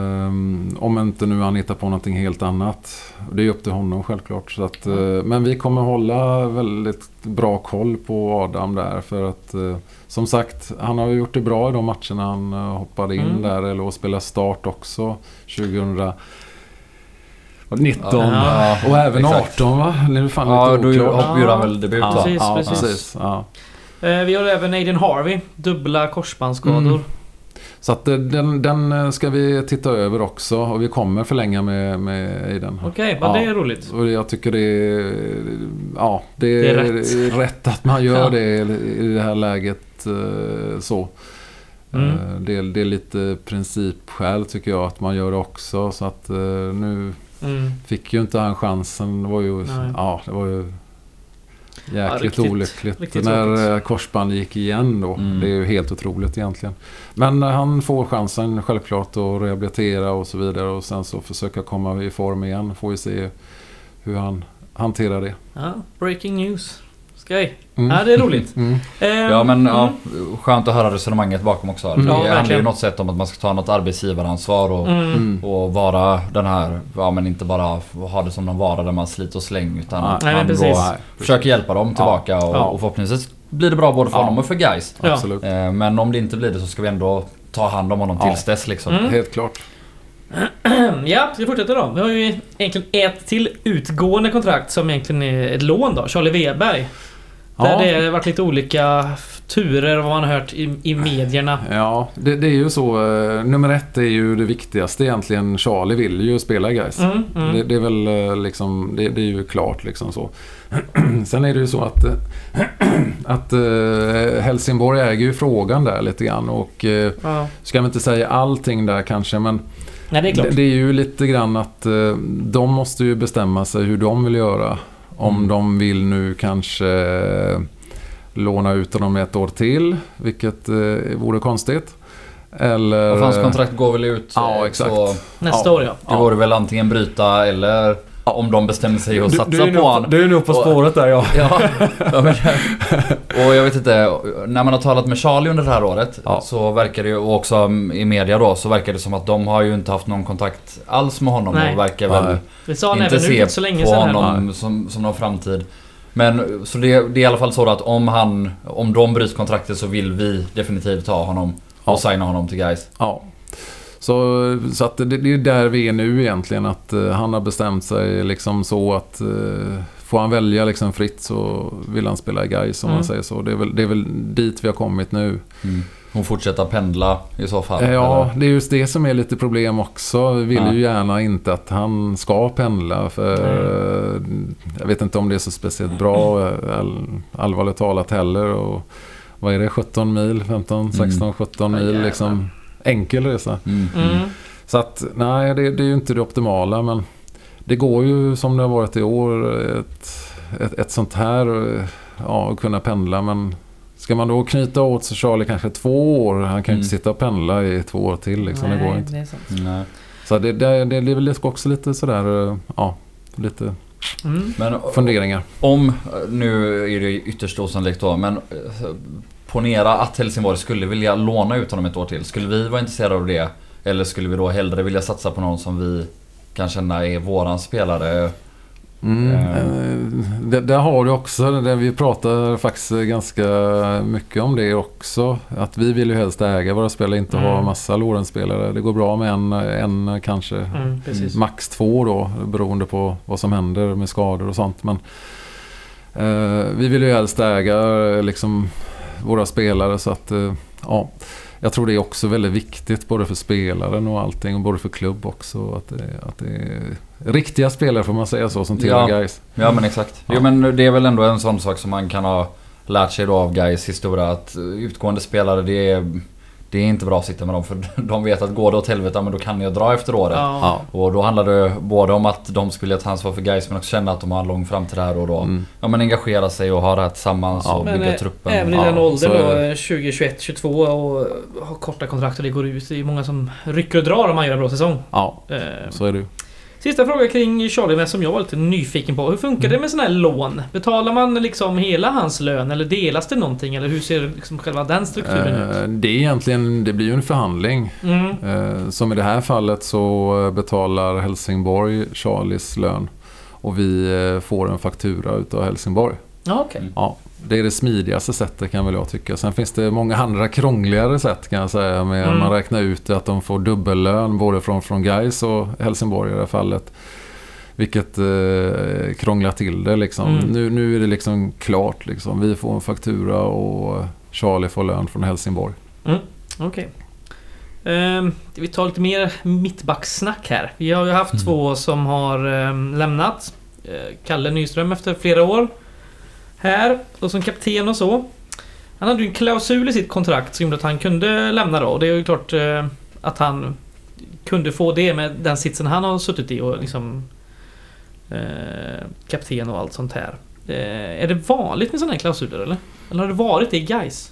Um, om inte nu han hittar på någonting helt annat. Det är upp till honom självklart. Så att, uh, men vi kommer hålla väldigt bra koll på Adam där. För att uh, som sagt, han har gjort det bra i de matcherna han uh, hoppade in Mm. där. Eller spelade start också tjugonitton. Ja, och även exakt. arton va? Nu är det fan Ja, lite då oklart. hoppade ju han väl debut Ja, va? precis, ja, precis. precis. Ja. Eh, Vi har även Aiden Harvey. Dubbla korsbandsskador. Mm. Så att eh, den, den ska vi titta över också. Och vi kommer förlänga med, med Aiden. Okej, vad Ja. det är roligt. Och jag tycker det är, ja, det Det är, är rätt. rätt att man gör Ja. det i det här läget eh, så. Mm. Eh, Det, är, det är lite principskäl tycker jag att man gör det också. Så att eh, nu Mm. fick ju inte han chansen. Det var ju, Nej. ja, det var ju jäkligt riktigt- olyckligt riktigt när tråkigt. eh, korsband gick igen då. Mm. Det är ju helt otroligt egentligen. Men eh, han får chansen självklart att rehabilitera och så vidare och sen så försöka komma i form igen. Får vi se hur han hanterar det. Ja, breaking news. Skoj. Mm. Ja, det är roligt. Mm. Ehm, Ja men ja, mm. skönt att höra resonemanget bakom också. Mm. Det Ja, handlar ju verkligen. något sätt om att man ska ta något arbetsgivaransvar och, Mm. Mm. och vara den här, ja men inte bara ha det som någon vara där man sliter och slänger utan Nej, att nej, men man precis. då Nej, försöker hjälpa dem tillbaka och, Ja. och förhoppningsvis blir det bra både för Ja. honom och för guys. Ja. Absolut. Eh, Men om det inte blir det så ska vi ändå ta hand om honom Ja. tills dess liksom. Mm. Helt klart. Ja, ska vi fortsätta då? Vi har ju egentligen ett till utgående kontrakt som egentligen är ett lån då. Charlie Weberg. Där Ja. det har varit lite olika f- turer vad man har hört i, i medierna. Ja, det, det är ju så. Eh, nummer ett är ju det viktigaste egentligen. Charlie vill ju spela guys. Mm, mm. Det, det är väl eh, liksom, det, det är ju klart liksom så. Sen är det ju så att, eh, att eh, Helsingborg äger ju frågan där lite grann och eh, Ja. ska man inte säga allting där kanske, men Nej, det är klart. det, det är ju lite grann att eh, de måste ju bestämma sig hur de vill göra. Om Mm. de vill nu kanske eh, låna ut honom ett år till, vilket eh, vore konstigt. Eller... Och hans kontrakt går väl ut. Ja, eh, exakt. Så Nästa Ja. år ja. det vore väl antingen bryta eller om de bestämmer sig att satsa du, du på nog, han. Du är nog på spåret där, ja. ja, ja men, och jag vet inte, när man har talat med Charlie under det här året ja. så verkar det ju, och också i media då, så verkar det som att de har ju inte haft någon kontakt alls med honom. Nej. Och verkar väl det sa han inte även se så länge på sedan honom som, som någon framtid. Men så det, det är i alla fall så att om han, om de bryter kontraktet så vill vi definitivt ha honom och ja. signa honom till guys. Ja. Så, så att det, det är där vi är nu egentligen, att uh, han har bestämt sig liksom så att uh, får han välja liksom fritt så vill han spela i guys, om mm. man säger så. Det är, väl, det är väl dit vi har kommit nu. Mm. Hon fortsätter pendla i så fall? Ja, eller? Det är just det som är lite problem också. Vi vill ja. ju gärna inte att han ska pendla, för mm. jag vet inte om det är så speciellt bra, all, allvarligt talat heller. Och vad är det, sjutton mil, femton, sexton, sjutton mil mm. liksom. Enkel resa. Mm. Mm. Så att nej, det, det är ju inte det optimala, men det går ju som det har varit i år ett, ett, ett sånt här, ja, att kunna pendla, men ska man då knyta åt så Charlie kanske två år, han kan ju mm. inte sitta och pendla i två år till liksom. Nej, det går inte. Det är sant. Nej. Så det, det, det, det är väl också lite sådär, ja, lite mm. men, funderingar. Om, nu är det ytterst osannolikt då, men ponera att Helsingborg skulle vilja låna ut honom ett år till. Skulle vi vara intresserade av det? Eller skulle vi då hellre vilja satsa på någon som vi kan känna är våran spelare? Mm. Mm. Det, där har du också, där vi pratar faktiskt ganska mycket om det också. Att vi vill ju helst äga våra spelare, inte mm. ha massa Lorentz-spelare. Det går bra med en, en kanske mm, max två då, beroende på vad som händer med skador och sånt. Men eh, vi vill ju helst äga liksom våra spelare, så att ja, jag tror det är också väldigt viktigt både för spelaren och allting, och både för klubb också, att det, att det är riktiga spelare, får man säga så, som tillhör ja. guys. Ja, men exakt. Ja. Jo, men det är väl ändå en sån sak som man kan ha lärt sig då av guys historia, att utgående spelare, det är det är inte bra att sitta med dem, för de vet att går det åt helvete, men då kan jag dra efter året. Ja. Och då handlar det både om att de skulle ta ansvar för guys, men också känna att de har en lång framtid här, och då mm. ja, men engagera sig och ha det här tillsammans ja, och bygga men, truppen. Även i den ja, åldern då, tjugo, tjugoett, tjugotvå, och har korta kontrakt och det går ut. Det är många som rycker och drar om man gör en bra säsong. Ja, eh. så är det. Sista fråga kring Charlie som jag var lite nyfiken på. Hur funkar det med såna här lån? Betalar man liksom hela hans lön, eller delas det någonting? Eller hur ser liksom själva den strukturen eh, ut? Det är egentligen, det blir ju en förhandling. Mm. Eh, som i det här fallet så betalar Helsingborg Charlies lön, och vi eh, får en faktura utav Helsingborg. Ah, okay. Ja, det är det smidigaste sättet, kan väl jag tycka. Sen finns det många andra krångligare sätt, kan jag säga, med mm. man räknar ut att de får dubbellön både från, från Gais och Helsingborg i det här fallet. Vilket eh, krånglar till det liksom. Mm. Nu, nu är det liksom klart liksom. Vi får en faktura och Charlie får lön från Helsingborg. Mm. Okej. Okay. Um, vi tar lite mer mittbacksnack här. Vi har ju haft mm. två som har um, lämnat. Uh, Kalle Nyström efter flera år här, och som kapten och så. Han hade ju en klausul i sitt kontrakt som gjorde att han kunde lämna då. Och det är ju klart uh, att han kunde få det med den sitsen han har suttit i, och liksom uh, kapten och allt sånt här. Uh, är det vanligt med sådana här klausuler, eller? Eller har det varit det i Gais?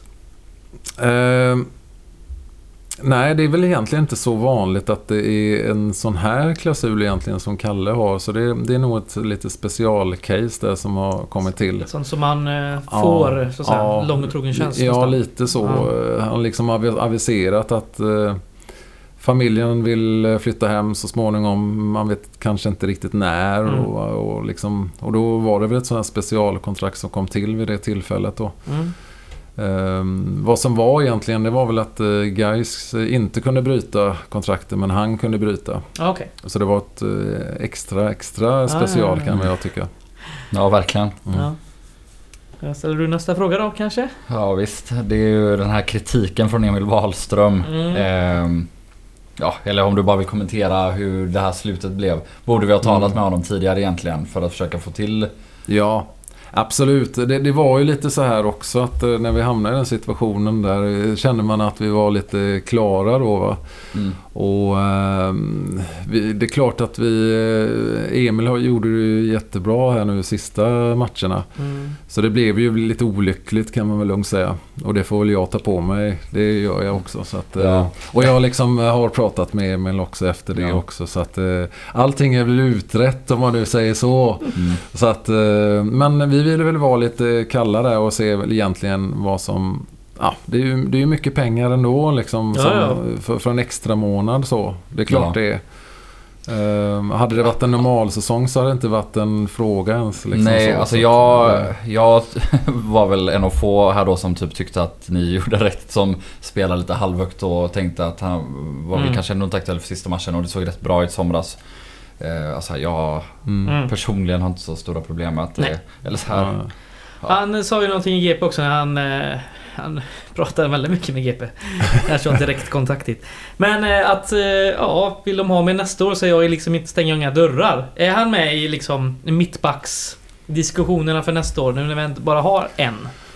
Uh, nej, det är väl egentligen inte så vanligt att det är en sån här klausul egentligen som Kalle har. Så det, det är nog ett lite specialcase där som har kommit till. Sånt som man uh, får, ja, så att säga, ja, lång och trogen tjänst. Ja, nästan. Lite så. Ja. Han liksom har aviserat att uh, familjen vill flytta hem så småningom. Man vet kanske inte riktigt när. Mm. Och, och, liksom, och då var det väl ett sånt här specialkontrakt som kom till vid det tillfället då. Mm. Um, vad som var egentligen, det var väl att uh, Gais inte kunde bryta kontraktet, men han kunde bryta. Okay. Så det var ett uh, extra extra special, ah, kan jag tycka. Ja, verkligen. Mm. Ja. Jag ställer du nästa fråga då kanske? Ja, visst. Det är ju den här kritiken från Emil Wahlström. Mm. Um, ja, eller om du bara vill kommentera hur det här slutet blev. Borde vi ha talat mm. med honom tidigare egentligen för att försöka få till... Ja. Absolut, det, det var ju lite så här också att när vi hamnade i den situationen där kände man att vi var lite klara då va. Mm. Och eh, vi, det är klart att vi Emil har, gjorde det jättebra här nu sista matcherna. Mm. Så det blev ju lite olyckligt kan man väl lugnt säga. Och det får väl jag ta på mig, det gör jag också så att, ja. Och jag liksom har pratat med Emil också efter det ja. också så att allting är väl utrett om man nu säger så. Mm. Så att, men vi ville väl vara lite kalla där och se väl egentligen vad som ja, det är ju det är ju mycket pengar ändå liksom ja, som, ja. För, för en extra månad så. Det är klart ja. det är. Uh, hade det varit en normal säsong så hade det inte varit en fråga ens liksom. Nej, så, alltså så jag, att, jag var väl en av få här då som typ tyckte att ni gjorde rätt som spelade lite halvhögt och tänkte att han var mm. väl kanske ändå inte aktuell för sista matchen och det såg rätt bra ut somras. Uh, alltså jag mm. personligen har inte så stora problem med att det, eller så här. Ja. Ja. Han sa ju någonting i G P också när han, eh, han pratade väldigt mycket med G P. Jag kör direkt kontakt hit. Men eh, att, eh, ja, vill de ha med nästa år så jag liksom inte stänga inga dörrar. Är han med i liksom mittbacks-diskussionerna för nästa år nu när vi inte bara har en?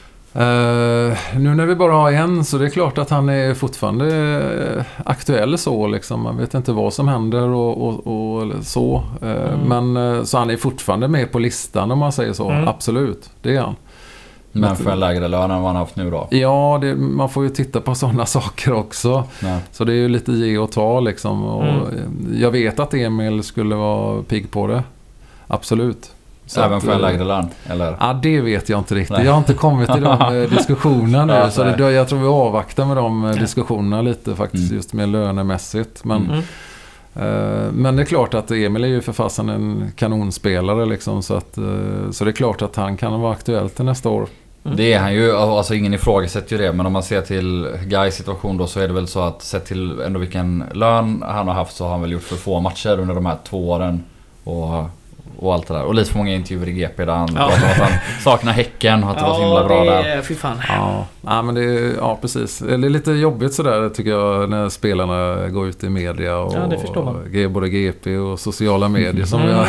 Uh, nu när vi bara har en så det är klart att han är fortfarande uh, aktuell så liksom. Man vet inte vad som händer och, och, och så. Uh, mm. Men uh, så han är fortfarande med på listan om man säger så. Mm. Absolut, det är han. Men för en lägre lön än vad han har haft nu då? Ja, det, man får ju titta på sådana saker också. Nej. Så det är ju lite ge och ta liksom. Och mm. jag vet att Emil skulle vara pigg på det. Absolut. Så även för en lägre lön, eller? Ja, det vet jag inte riktigt. Nej. Jag har inte kommit till de diskussionerna nu. Ja, så det, jag tror vi avvaktar med de diskussionerna lite faktiskt, mm. just med lönemässigt. Men, mm. uh, men det är klart att Emil är ju för fasen en kanonspelare liksom, så, att, uh, så det är klart att han kan vara aktuell till nästa år. Mm. Det är han ju, alltså ingen ifrågasätter ju det, men om man ser till Gais situation då så är det väl så att sett till ändå vilken lön han har haft så har han väl gjort för få matcher under de här två åren och och allt det där. Och lite för många intervjuer i G P där han ja. pratar om att han saknar Häcken och att det ja, var så himla bra det, där. Fy fan. Ja, ja, men det är, ja, precis. Det är lite jobbigt sådär tycker jag när spelarna går ut i media och ja, det förstår man. Både G P och sociala medier som mm.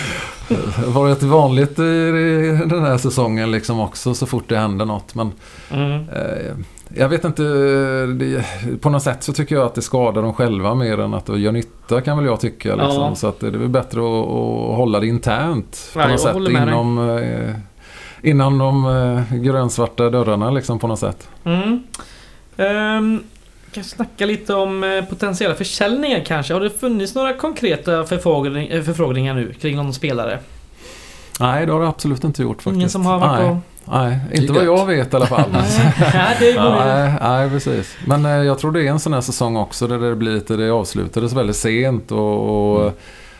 jag varit vanligt i den här säsongen liksom också så fort det händer något. Men mm. eh, jag vet inte, det, på något sätt så tycker jag att det skadar dem själva mer än att det gör nytta kan väl jag tycka. Liksom. Ja. Så att det är väl bättre att, att hålla det internt på Nej, något sätt inom, eh, innan de eh, grönsvarta dörrarna liksom, på något sätt. Mm. Um, kan snacka lite om eh, potentiella försäljningar kanske. Har det funnits några konkreta förfrågning, förfrågningar nu kring någon spelare? Nej, det har det absolut inte gjort faktiskt. Ingen som har varit Nej. på... Nej, inte vad jag vet i alla fall. nej, det nej, nej, precis. Men eh, jag tror det är en sån här säsong också där det blir lite, det avslutades väldigt sent och, och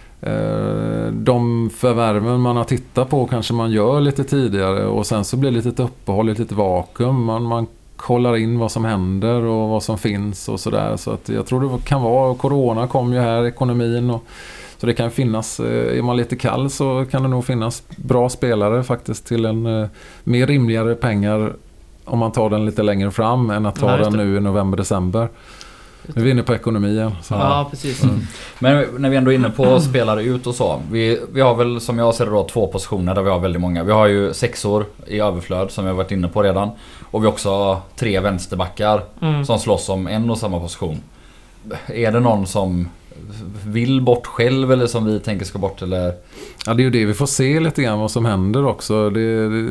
mm. eh, de förvärven man har tittat på kanske man gör lite tidigare och sen så blir det lite uppehåll, lite vakuum. Man, man kollar in vad som händer och vad som finns och sådär. Så att jag tror det kan vara, corona kom ju här, ekonomin och så det kan finnas, är man lite kall så kan det nog finnas bra spelare faktiskt till en uh, mer rimligare pengar om man tar den lite längre fram än att ta Nej, den nu i november, december. Nu är vi inne på ekonomin. Så. Ja, precis. Mm. Men när vi ändå är inne på mm. spelare ut och så. Vi, vi har väl som jag ser det då två positioner där vi har väldigt många. Vi har ju sexor i överflöd som vi har varit inne på redan. Och vi också har tre vänsterbackar mm. som slåss om en och samma position. Är det någon som vill bort själv eller som vi tänker ska bort eller? Ja, det är ju det vi får se lite grann vad som händer också. Det, det,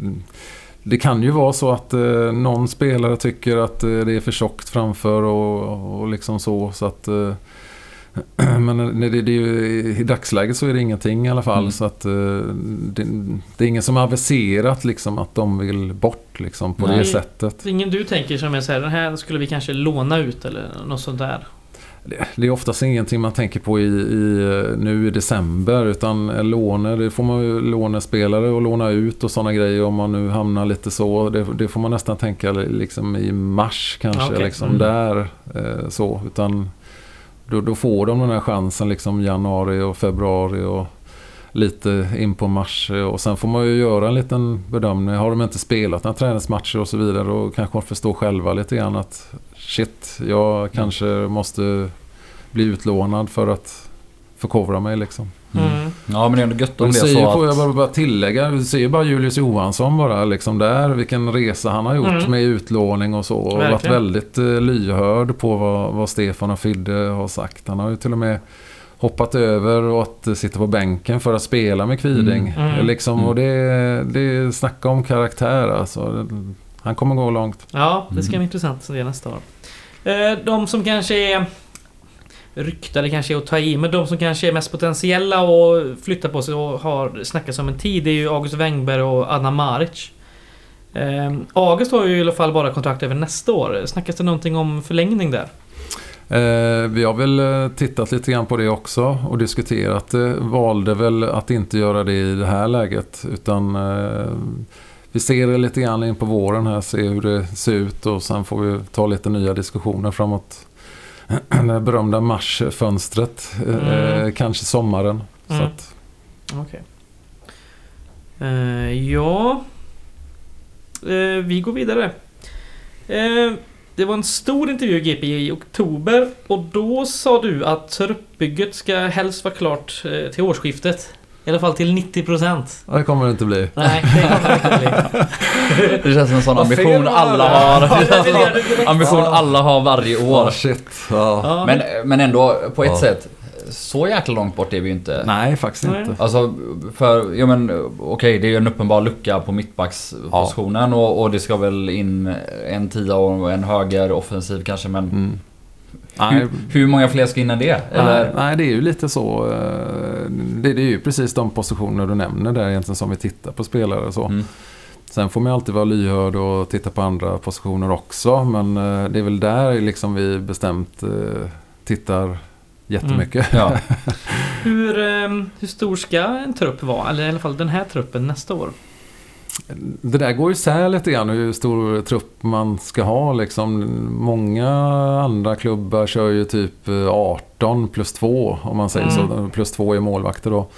det kan ju vara så att eh, någon spelare tycker att eh, det är för tjockt framför och, och liksom så så att eh, men det, det, det är ju, i dagsläget så är det ingenting i alla fall mm. så att eh, det, det är ingen som har aviserat liksom att de vill bort liksom på Nej. det sättet. Det är ingen du tänker som är så här, den här skulle vi kanske låna ut eller något sånt där. Det, det är oftast ingenting man tänker på i, i, nu i december utan låner, det får man ju lånespelare och låna ut och sådana grejer om man nu hamnar lite så, det, det får man nästan tänka liksom i mars kanske okay. liksom mm. där eh, så, utan då, då får de den här chansen liksom januari och februari och lite in på mars och sen får man ju göra en liten bedömning, har de inte spelat några träningsmatcher och så vidare och kanske förstå själva lite grann att shit, jag kanske måste bli utlånad för att förkovra mig liksom. Mm. Ja, men det är ändå gött om det, det så att... får jag bara, bara tillägga, vi ser ju bara Julius Johansson bara liksom där, vilken resa han har gjort mm. med utlåning och så. Och verkligen. Varit väldigt eh, lyhörd på vad, vad Stefan och Fidde har sagt. Han har ju till och med hoppat över och att sitta på bänken för att spela med Kviding. Mm. Mm. Liksom, och det, det snackar om karaktär alltså. Han kommer gå långt. Ja, det ska bli mm. intressant det nästa år. De som kanske är ryktade kanske att ta i, men de som kanske är mest potentiella och flytta på sig och har snackats om en tid, det är ju August Wengberg och Anna Maric. Eh, August har ju i alla fall bara kontrakt över nästa år. Snackas det någonting om förlängning där? Eh, vi har väl tittat lite grann på det också och diskuterat. Eh, valde väl att inte göra det i det här läget, utan eh, vi ser det lite grann in på våren här, se hur det ser ut och sen får vi ta lite nya diskussioner framåt. Det berömda marsfönstret, mm. eh, kanske sommaren. Mm. Så att... Okej. Okay. Uh, ja, uh, vi går vidare. Uh, det var en stor intervju i G P i oktober och då sa du att truppbygget ska helst vara klart uh, till årsskiftet. I alla fall till nittio procent. Det kommer det inte bli. Nej, det kommer det inte bli. Det känns som en sån ambition alla har. Ambition alla har varje år. Oh, shit. Ja. Ja. Men, men ändå på ett ja. sätt så jäkla långt bort är vi inte. Nej, faktiskt Nej. inte. Alltså för ja men okej, okay, det är ju en uppenbar lucka på mittbackspositionen ja. och, och det ska väl in en tia och en höger offensiv kanske, men mm. Hur, hur många fler ska in än det? Eller? Nej, nej, det är ju lite så. Det, det är ju precis de positioner du nämner där egentligen som vi tittar på spelare och så. Mm. Sen får man alltid vara lyhörd och titta på andra positioner också. Men det är väl där liksom vi bestämt tittar jättemycket. Mm. Ja. hur, hur stor ska en trupp vara? Eller i alla fall den här truppen nästa år? Det där går ju isär lite grann hur stor trupp man ska ha liksom. Många andra klubbar kör ju typ arton plus två om man säger mm. så, plus två är målvakter då.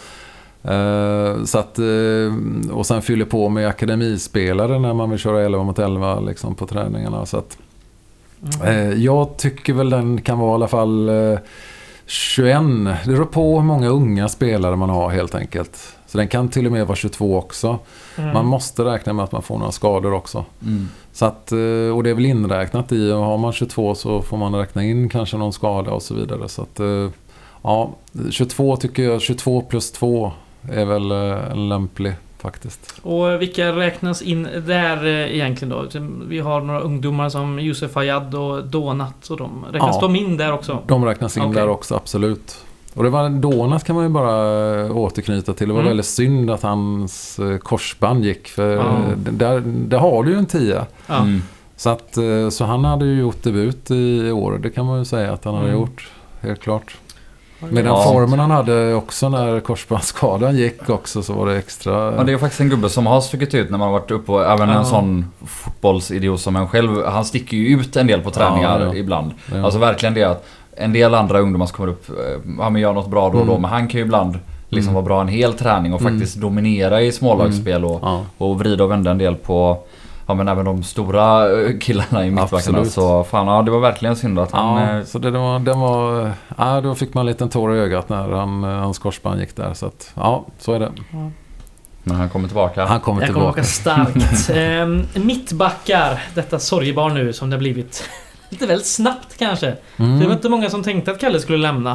Uh, så att, uh, och sen fyller på med akademispelare när man vill köra elva mot elva liksom, på träningarna. Så att, mm. uh, jag tycker väl den kan vara i alla fall uh, tjugoett. Det beror på hur många unga spelare man har helt enkelt. Så den kan till och med vara tjugotvå också. Mm. Man måste räkna med att man får några skador också. Mm. Så att, och det är väl inräknat i. Och har man tjugotvå så får man räkna in kanske någon skada och så vidare. Så att, ja, tjugotvå tycker jag, tjugotvå plus två är väl en lämplig faktiskt. Och vilka räknas in där egentligen då? Vi har några ungdomar som Josef Ayad och Donat och de. Räknas ja, de in där också? De räknas in okay. där också, absolut. Och det var Donat kan man ju bara återknyta till. Det var mm. väldigt synd att hans korsband gick. För mm. där, där har du ju en tia. Mm. Så, att, så han hade ju gjort debut i år. Det kan man ju säga att han hade mm. gjort. Helt klart. Med den ja. formen han hade också när korsbandsskadan gick också, så var det extra... Ja, det är faktiskt en gubbe som har stuckit ut när man har varit uppe och även ja. en sån fotbollsidiot som en själv. Han sticker ju ut en del på träningar ja, ja. ibland. Ja. Alltså verkligen det att en del andra ungdomar som kommer upp, ja men gör något bra då och då, mm. men han kan ju ibland liksom mm. vara bra en hel träning och mm. faktiskt dominera i smålagsspel och, ja. och vrida och vända en del på, ja men även de stora killarna i mittbackarna. Så fan, ja det var verkligen synd att han... Ja, så det var, den var, ja då fick man en liten tår i ögat när han, hans korsband gick där, så att, ja, så är det. Ja. Men han kommer tillbaka. Han kommer jag tillbaka. kommer starkt. ehm, mittbackar, detta sorgebarn nu som det har blivit lite väldigt snabbt kanske. Mm. Det var inte många som tänkte att Kalle skulle lämna.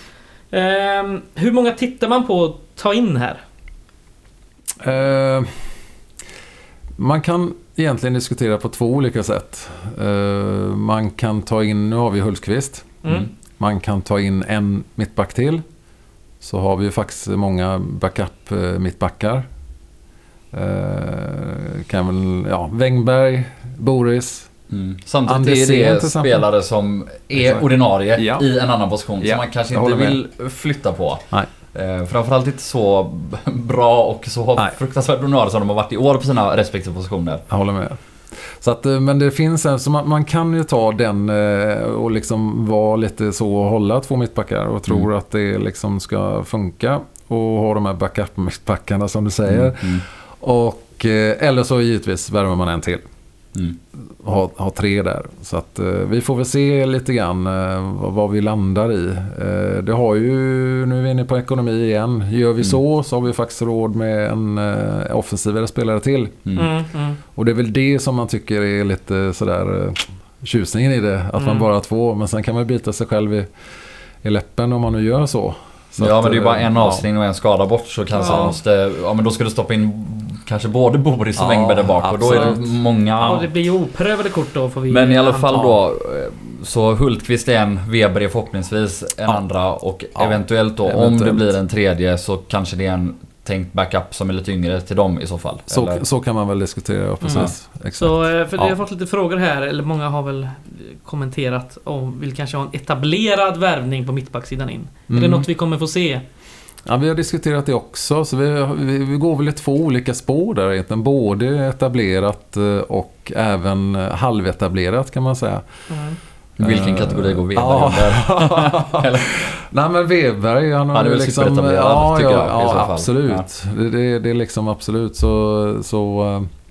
Ehm, hur många tittar man på att ta in här? Ehm, man kan egentligen diskutera på två olika sätt. Ehm, man kan ta in, nu har vi Hultqvist. Mm. Man kan ta in en mittback till. Så har vi ju faktiskt många backup mittbackar. Ehm, kan väl, ja, Wengberg, Boris. Mm. Samtidigt är det spelare som är ordinarie ja. i en annan position ja. som man kanske inte vill flytta på. Nej. Eh, framförallt inte så bra och så Nej. fruktansvärt ordinarie som de har varit i år på sina respektive positioner. Jag håller med. Så att, men det finns en, så man, man kan ju ta den och liksom vara lite så och hålla två mittbackar och tror mm. att det liksom ska funka och ha de här backup mittbackarna som du säger. Mm. Mm. Och, eller så givetvis värmer man en till. mm. ha, ha tre där. Så att uh, vi får väl se lite grann uh, vad, vad vi landar i. Uh, det har ju, nu är vi inne på ekonomi igen. Gör vi mm. så så har vi faktiskt råd med en uh, offensivare spelare till. Mm. Mm, mm. Och det är väl det som man tycker är lite sådär uh, tjusningen i det. Att mm. man bara har två, men sen kan man byta sig själv i, i läppen om man nu gör så. Så ja, att, men det är ju bara en avsning och en skada bort, så kanske ja. måste, ja men då ska du stoppa in kanske både Boris och ja, Engberg där bak, och då är det många. Ja, det blir ju oprövade kort då, får vi. Men i alla fall då, så Hultqvist är en, Weber är förhoppningsvis en ja. andra, och ja. eventuellt då eventuellt. om det blir en tredje så kanske det är en tänkt backup som är lite yngre till dem i så fall. Så, så kan man väl diskutera, ja, precis. Mm. Exakt. Så, för ja. jag har fått lite frågor här, eller många har väl kommenterat om vill kanske ha en etablerad värvning på mittbacksidan in. Mm. Är det något vi kommer få se? Ja, vi har diskuterat det också, så vi, vi, vi går väl i två olika spår där egentligen. Både etablerat och även halvetablerat kan man säga. Mm. Vilken kategori går Weber ja. under? Nej, men Weberg han är väl liksom, superetablerad, ja, tycker ja, jag. Ja, absolut. Ja. Det, det, det är liksom absolut så... så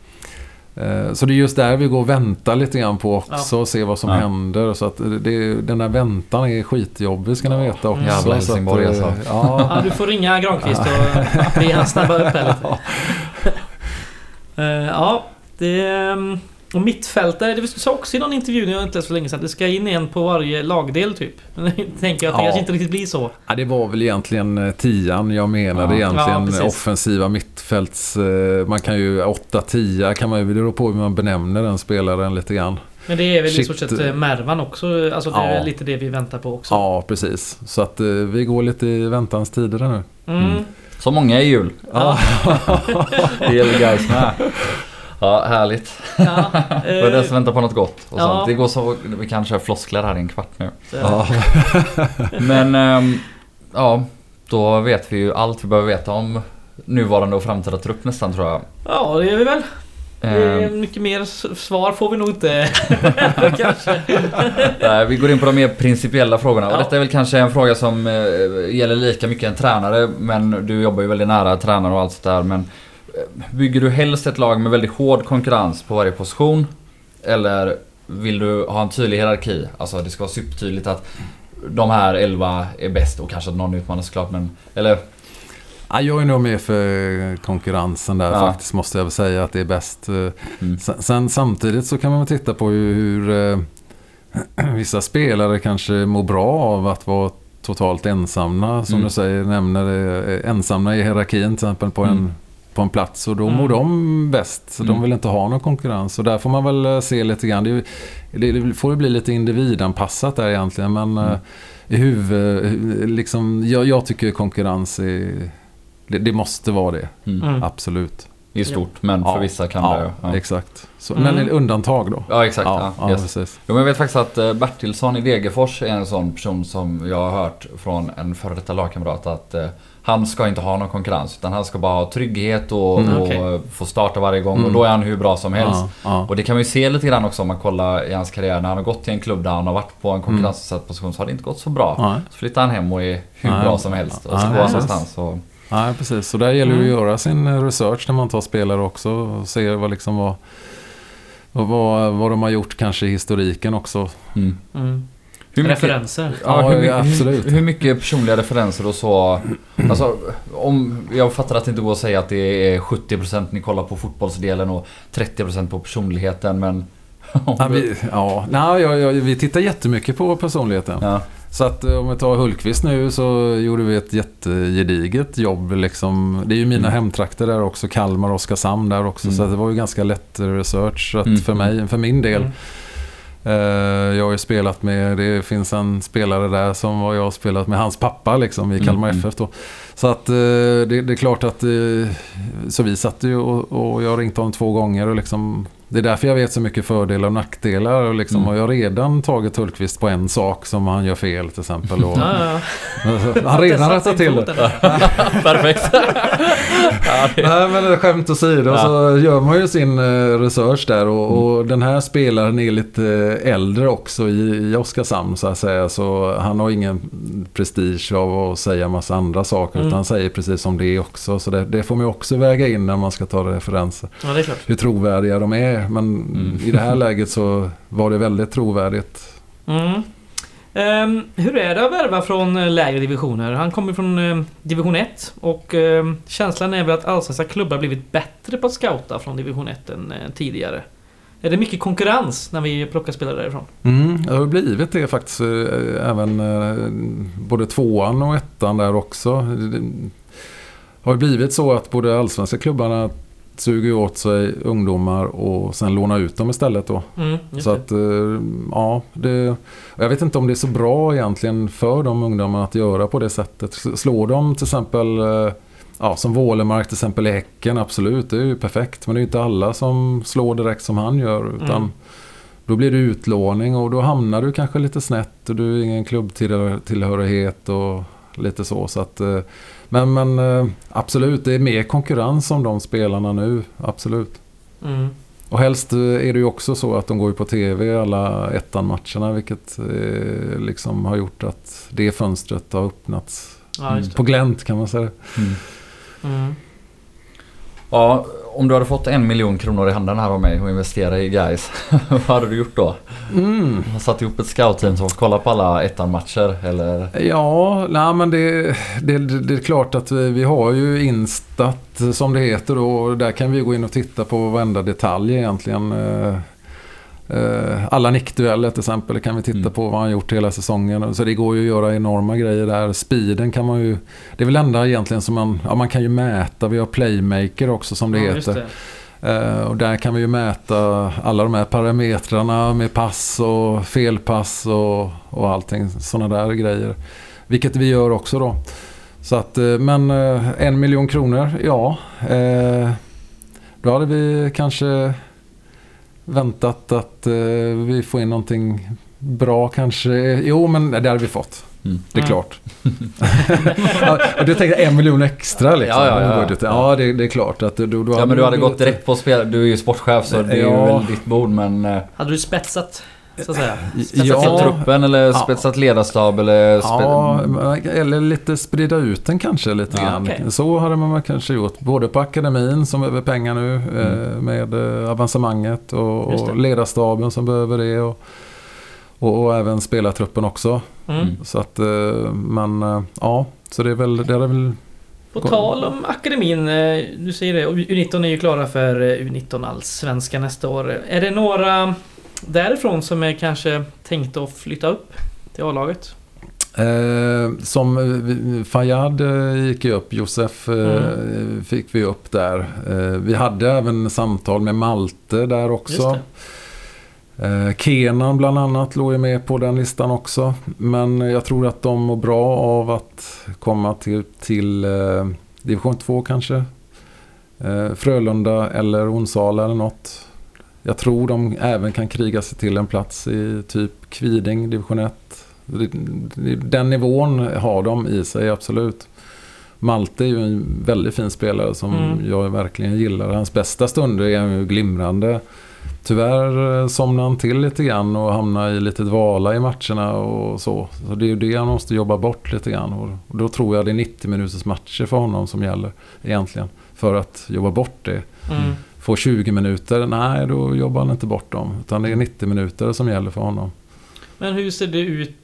eh, så det är just där vi går och väntar lite grann på också, ja. och se vad som ja. händer. Så att det, den här väntan är skitjobbig, ska ni veta också. Jävla Helsingborg alltså. Ja. Ja, du får ringa Granqvist och be han snabba upp här lite. uh, ja, det... Och mittfältare, det sa också i någon intervju, jag inte så länge sedan, det ska in en på varje lagdel typ. Men jag tänker att det ja. kanske inte riktigt blir så. Ja, det var väl egentligen tian jag menade, ja. egentligen ja, offensiva mittfälts. Man kan ju åtta tio kan man ju, det beror på hur man benämner den spelaren lite grann. Men det är väl Shit. i stort sett Mervan också, alltså det ja. är lite det vi väntar på också. Ja, precis. Så att vi går lite i väntans tider nu. Mm. Mm. Så många är jul. Ja. Det gäller guys med. Ja, härligt. Ja, eh, och det som väntar på något gott. Och ja. sånt. Det går så, vi kan köra floskler här i en kvart nu. Ja. Men ähm, ja, då vet vi ju allt vi behöver veta om nuvarande och framtida trupp nästan, tror jag. Ja, det gör vi väl. Mm. Mycket mer svar får vi nog inte. Kanske. Nej, vi går in på de mer principiella frågorna. Ja. Och detta är väl kanske en fråga som äh, gäller lika mycket en tränare. Men du jobbar ju väldigt nära tränare och allt sånt där. Men bygger du helst ett lag med väldigt hård konkurrens på varje position? Eller vill du ha en tydlig hierarki? Alltså det ska vara supertydligt att de här elva är bäst, och kanske att någon utmanar såklart, men eller... Ja, jag är nog med för konkurrensen där, ja. faktiskt måste jag väl säga att det är bäst. Mm. Sen, sen samtidigt så kan man titta på hur, hur äh, vissa spelare kanske mår bra av att vara totalt ensamma, som mm. du säger, nämner äh, ensamma i hierarkin till exempel på en mm. på en plats, och då mm. mår de bäst, så mm. de vill inte ha någon konkurrens, och där får man väl se lite grann, det, det får ju bli lite individanpassat där egentligen, men mm. i huvud liksom, jag, jag tycker konkurrens är, det, det måste vara det, mm. absolut. I stort, men för ja. vissa kan ja, det ja. exakt. Så, mm. Men undantag då. Ja, exakt. Ja, ja, yes. precis. Jo, men jag vet faktiskt att Bertilsson i Degerfors är en sån person som jag har hört från en före detta lagkamrat att eh, han ska inte ha någon konkurrens, utan han ska bara ha trygghet och, mm, okay. och få starta varje gång, mm. och då är han hur bra som helst. Ja, ja. Och det kan vi se lite grann också om man kollar i hans karriär. När han har gått till en klubb där han har varit på en konkurrensutsatt position, så har det inte gått så bra. Ja. Så flyttar han hem och är hur ja, bra som helst, och så går han någonstans och... Ja, precis. Så där gäller det mm. att göra sin research när man tar spelare också, och ser vad liksom vad, vad, vad de har gjort kanske i historiken också. Mm. Mm. Hur mycket, referenser. Ja, hur, ja, absolut. Hur, hur mycket personliga referenser och så. Alltså, om jag fattar att det inte går att säga att det är sjuttio procent ni kollar på fotbollsdelen och trettio procent på personligheten, men ja, vi, ja, nej, ja, ja, vi tittar jättemycket på personligheten. Ja. Så att om vi tar Hultqvist nu, så gjorde vi ett jättegediget jobb liksom. Det är ju mina mm. hemtrakter där också, Kalmar och Oskarshamn där också, mm. så det var ju ganska lätt research att mm. för mig, för min del. Mm. Uh, jag har ju spelat med, det finns en spelare där som var jag har spelat med hans pappa liksom i Kalmar mm. F F då. Så att uh, det, det är klart att uh, så vi satt ju och, och jag ringt honom två gånger och liksom, det är därför jag vet så mycket fördelar och nackdelar, och liksom mm. har jag redan tagit Hultqvist på en sak som han gör fel till exempel, och, ja, ja. Han redan rättat till det. Perfekt. Ja, det... Nej, men skämt åsido, ja. Så gör man ju sin research där och, och mm. den här spelaren är lite äldre också i, i Oskarshamn så att säga, så han har ingen prestige av att säga massa andra saker mm. utan han säger precis som det är också, så det, det får man ju också väga in när man ska ta referenser. Ja, det är klart. Hur trovärdiga de är, men mm. i det här läget så var det väldigt trovärdigt. Mm. Um, hur är det att värva från lägre divisioner? Han kommer från uh, division ett och uh, känslan är väl att allsvenska klubbar blivit bättre på att scouta från division ett än uh, tidigare. Är det mycket konkurrens när vi plockar spelare därifrån? Mm, det har blivit det faktiskt uh, även uh, både tvåan och ettan där också. Det har blivit så att både allsvenska klubbarna suger åt sig ungdomar och sen låna ut dem istället då. Mm, så att ja, det, jag vet inte om det är så bra egentligen för de ungdomarna att göra på det sättet. Slår de till exempel ja, som Wålemark till exempel i Häcken, absolut, det är ju perfekt, men det är ju inte alla som slår direkt som han gör, utan mm. då blir det utlåning och då hamnar du kanske lite snett och du är ingen klubbtillhörighet och lite så, så att men, men absolut, det är mer konkurrens om de spelarna nu, absolut. Mm. Och helst är det ju också så att de går på tv alla ettan-matcherna, vilket eh, liksom har gjort att det fönstret har öppnats ja, mm. på glänt kan man säga. Mm. Mm. Ja, om du hade fått en miljon kronor i handen här av mig och investera i guys, vad hade du gjort då? Mm. Har satt ihop ett scoutteam som kollar på alla ettan-matcher eller? Ja, nej, men det, det, det är klart att vi, vi har ju Instat som det heter och där kan vi gå in och titta på varenda detalj egentligen. Alla nickdueller till exempel kan vi titta mm. på vad han gjort hela säsongen, så det går ju att göra enorma grejer där. Speeden kan man ju, det är väl enda egentligen som man, ja, man kan ju mäta, vi har Playmaker också som det ja, heter det. Och där kan vi ju mäta alla de här parametrarna med pass och felpass och, och allting sådana där grejer, vilket vi gör också då. Så att, men en miljon kronor, ja då hade vi kanske väntat att uh, vi får in någonting bra kanske. Jo, men det hade vi fått. Mm. Det är mm. klart. Och du tänkte en miljon extra liksom. Ja, ja, ja. ja det, det är klart att du, du, du ja, men du hade gått lite... direkt på spel. Du är ju sportchef så det är ja. ju väl ditt bord, men hade du spetsat så att säga? Spetsat ja. truppen eller ja. spetsat ledarstab eller spet... ja, eller lite sprida ut den kanske lite ja, grann. Okay. Så hade man kanske gjort både på akademin som behöver pengar nu mm. med avancemanget och, och ledarstaben som behöver det och, och, och även spelartruppen också. Mm. Så att men ja, så det är väl det är väl på tal om akademin, du säger det, U nitton är ju klara för U nitton allsvenska nästa år. Är det några därifrån som är kanske tänkt att flytta upp till A-laget? Eh, som Fayad gick upp, Josef eh, mm. fick vi upp där. Eh, vi hade även samtal med Malte där också. Eh, Kenan bland annat låg ju med på den listan också. Men jag tror att de mår bra av att komma till, till eh, division två kanske. Eh, Frölunda eller Onsala eller något. Jag tror de även kan kriga sig till en plats i typ Kviding, division ett. Den nivån har de i sig, absolut. Malte är ju en väldigt fin spelare som mm. jag verkligen gillar. Hans bästa stunder är ju glimrande. Tyvärr somnar han till lite grann och hamnar i lite dvala i matcherna och så. Så det är ju det han måste jobba bort lite grann. Och då tror jag det är nittio minuters matcher för honom som gäller egentligen. För att jobba bort det. Mm. Få tjugo minuter, nej då jobbar han inte bort dem. Utan det är nittio minuter som gäller för honom. Men hur ser det ut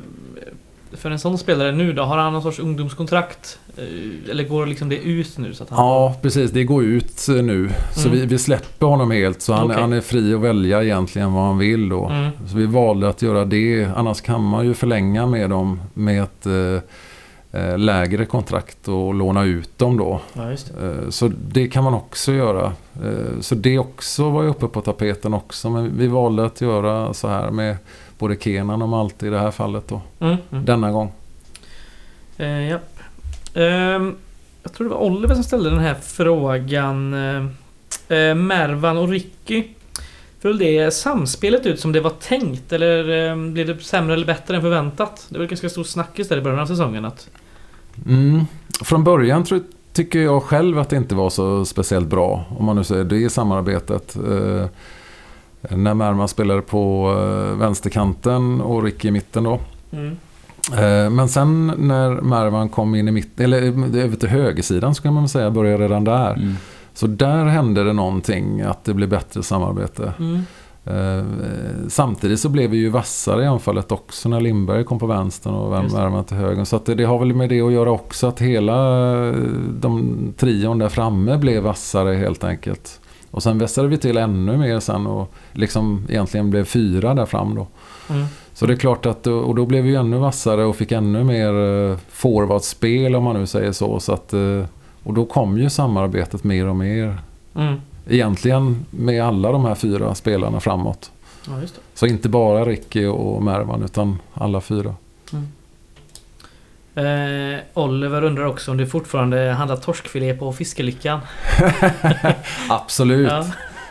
för en sån spelare nu då? Har han någon sorts ungdomskontrakt? Eller går liksom det ut nu? Så att han... Ja, precis. Det går ut nu. Så mm. vi, vi släpper honom helt. Så han, okay. han är fri att välja egentligen vad han vill då. Mm. Så vi valde att göra det. Annars kan man ju förlänga med dem med ett eh, lägre kontrakt och låna ut dem då. Ja, just det. Eh, så det kan man också göra. Eh, så det också var ju uppe på tapeten också. Men vi valde att göra så här med både Kenan och Malte i det här fallet då. Mm, mm. Denna gång. Eh, ja. eh, jag tror det var Oliver som ställde den här frågan. Eh, Mervan och Ricky Föll det samspelet ut som det var tänkt? Eller eh, blev det sämre eller bättre än förväntat? Det var ganska stor snackis där i början av säsongen. Att... Mm. Från början tror, tycker jag själv att det inte var så speciellt bra. Om man nu säger det i samarbetet. Eh, när Merman spelade på eh, vänsterkanten och Ricky i mitten då. Mm. Eh, men sen när Merman kom in i mitten, eller över till högersidan så kan man säga, började redan där. Mm. Så där hände det någonting, att det blev bättre samarbete. Mm. Eh, samtidigt så blev vi ju vassare i anfallet också när Lindberg kom på vänstern och Merman till höger. Så att det, det har väl med det att göra också, att hela de trion där framme blev vassare helt enkelt. Och sen vässade vi till ännu mer sen och liksom egentligen blev fyra där fram då. Mm. Så det är klart att, och då blev vi ännu vassare och fick ännu mer forwardspel om man nu säger så. Så att, och då kom ju samarbetet mer och mer. Mm. Egentligen med alla de här fyra spelarna framåt. Ja, just det. Så inte bara Ricky och Mervan utan alla fyra. Mm. Eh, Oliver undrar också om det fortfarande handlar torskfilé på Fiskelyckan. Absolut.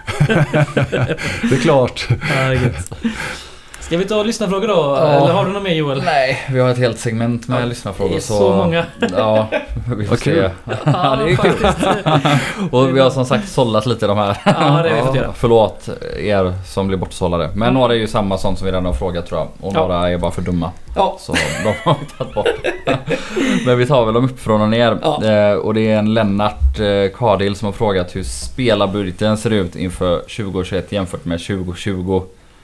Det är klart. Ja, ska vi ta och lyssna frågor då? Ja. Eller har du något mer, Joel? Nej, vi har ett helt segment med ja, lyssnarfrågor. Det är så, så många. Ja, vi får se. Ja, ja, det är faktiskt. Och vi har som sagt sållat lite de här. Ja, det är vi fått göra. Förlåt er som blir bortsållade. Men mm. några är ju samma sånt som vi redan har frågat, tror jag. Och ja. några är bara för dumma. Ja. Så de har vi tagit bort. Men vi tar väl dem upp från och ner. Ja. Eh, och det är en Lennart eh, Kardil som har frågat hur spelarbudgeten ser ut inför tjugo tjugoett jämfört med tjugo tjugo.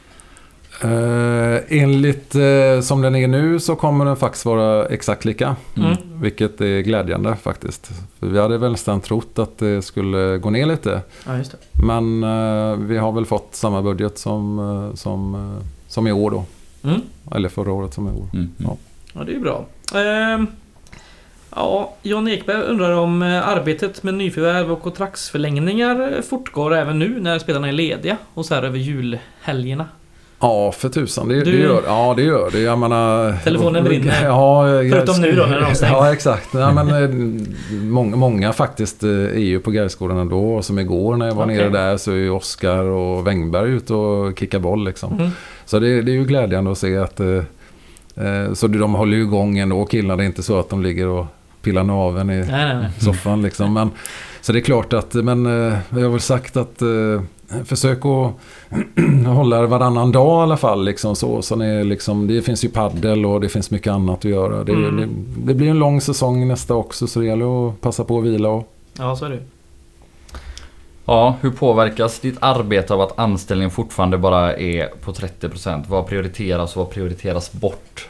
Uh, enligt uh, som den är nu så kommer den faktiskt vara exakt lika. Mm. Vilket är glädjande faktiskt. För vi hade väl nästan trott att det skulle gå ner lite. Ja, just det. Men uh, vi har väl fått samma budget som, uh, som, uh, som i år då. Mm. Eller förra året som i år. Mm. Ja. Ja, det är ju bra. Uh, ja, Jan Ekberg undrar om arbetet med nyförvärv och kontraktsförlängningar fortgår även nu när spelarna är lediga och så här över julhelgerna. Ja, för tusan. Det, du, det gör ja, det. Gör det. Jag menar, telefonen brinner. Ja, förutom nu då när de stänger. Ja, exakt. Ja, men, många, många faktiskt är ju på Gaisgården ändå. Som igår när jag var okay. nere där så är ju Oskar och Wängberg ute och kickar boll. Liksom. Mm. Så det, det är ju glädjande att se att eh, så de håller ju igång ändå. Killarna, det är inte så att de ligger och pillar naveln i nej, nej, nej. soffan. Liksom. Men, så det är klart att, men eh, jag har väl sagt att eh, försök att hålla varannan dag i alla fall liksom så, så det, liksom, det finns ju paddel och det finns mycket annat att göra. Det, mm. det, det blir en lång säsong nästa också, så det gäller att passa på att vila och... Ja, så är det. Ja, hur påverkas ditt arbete av att anställningen fortfarande bara är på trettio procent? Vad prioriteras och vad prioriteras bort?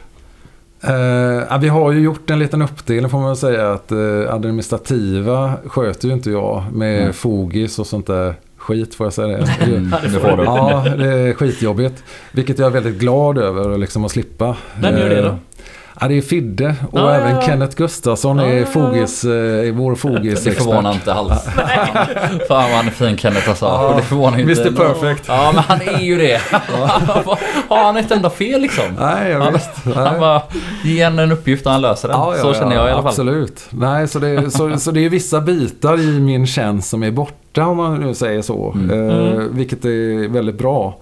Uh, vi har ju gjort en liten uppdelning, får man säga, att uh, administrativa sköter ju inte jag med mm. fogis och sånt där skit, får jag säga det. Mm, det får du. Ja, det är skitjobbigt. Vilket jag är väldigt glad över liksom, att slippa. Vem gör det då? Ja, det är Fidde och ah, även ja. Kenneth Gustafsson är ah, fogis, är vår fogis-expert. Det förvånar inte alls. Fan vad han är fin, Kenneth alltså. Ah, det förvånar inte. mister Perfect. Ja, men han är ju det. Har han ett enda fel liksom? Nej, jag vet. Han, han bara ger en uppgift och han löser den. Ah, ja, så känner jag i alla fall. Absolut. Nej, så det, så, så det är vissa bitar i min tjänst som är borta, om man nu säger så. Mm. Eh, mm. Vilket är väldigt bra.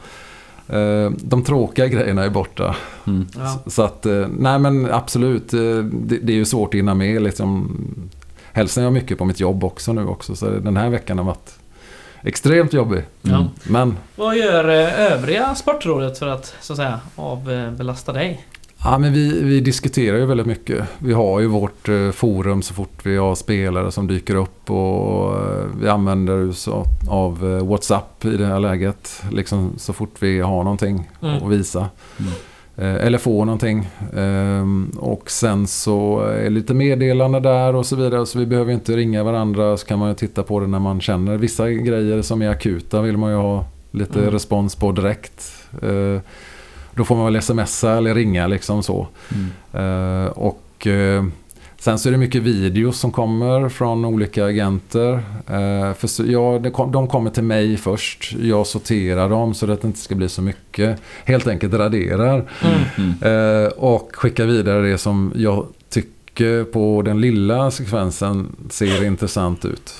De tråkiga grejerna är borta. Mm. Ja. Så att, nej men absolut, det, det är ju svårt att hinna med liksom. Hälsar jag mycket på mitt jobb också nu också, så den här veckan har varit extremt jobbig. Mm. Ja. Men vad gör övriga sportrådet för att så att säga avbelasta dig? Ja, men vi, vi diskuterar ju väldigt mycket. Vi har ju vårt eh, forum så fort vi har spelare som dyker upp, och eh, vi använder oss av, av eh, WhatsApp i det här läget. Liksom, så fort vi har någonting mm. att visa. Mm. Eh, eller få någonting. Eh, och sen så är det lite meddelande där och så vidare. Så vi behöver inte ringa varandra, så kan man ju titta på det när man känner. Vissa grejer som är akuta vill man ju ha lite mm. respons på direkt. Eh, Då får man väl smsa eller ringa liksom så. Mm. Uh, och uh, sen så är det mycket videos som kommer från olika agenter. Uh, för så, ja, det kom, de kommer till mig först. Jag sorterar dem så att det inte ska bli så mycket. Helt enkelt raderar. Mm. Uh, och skickar vidare det som jag tycker på den lilla sekvensen ser intressant ut.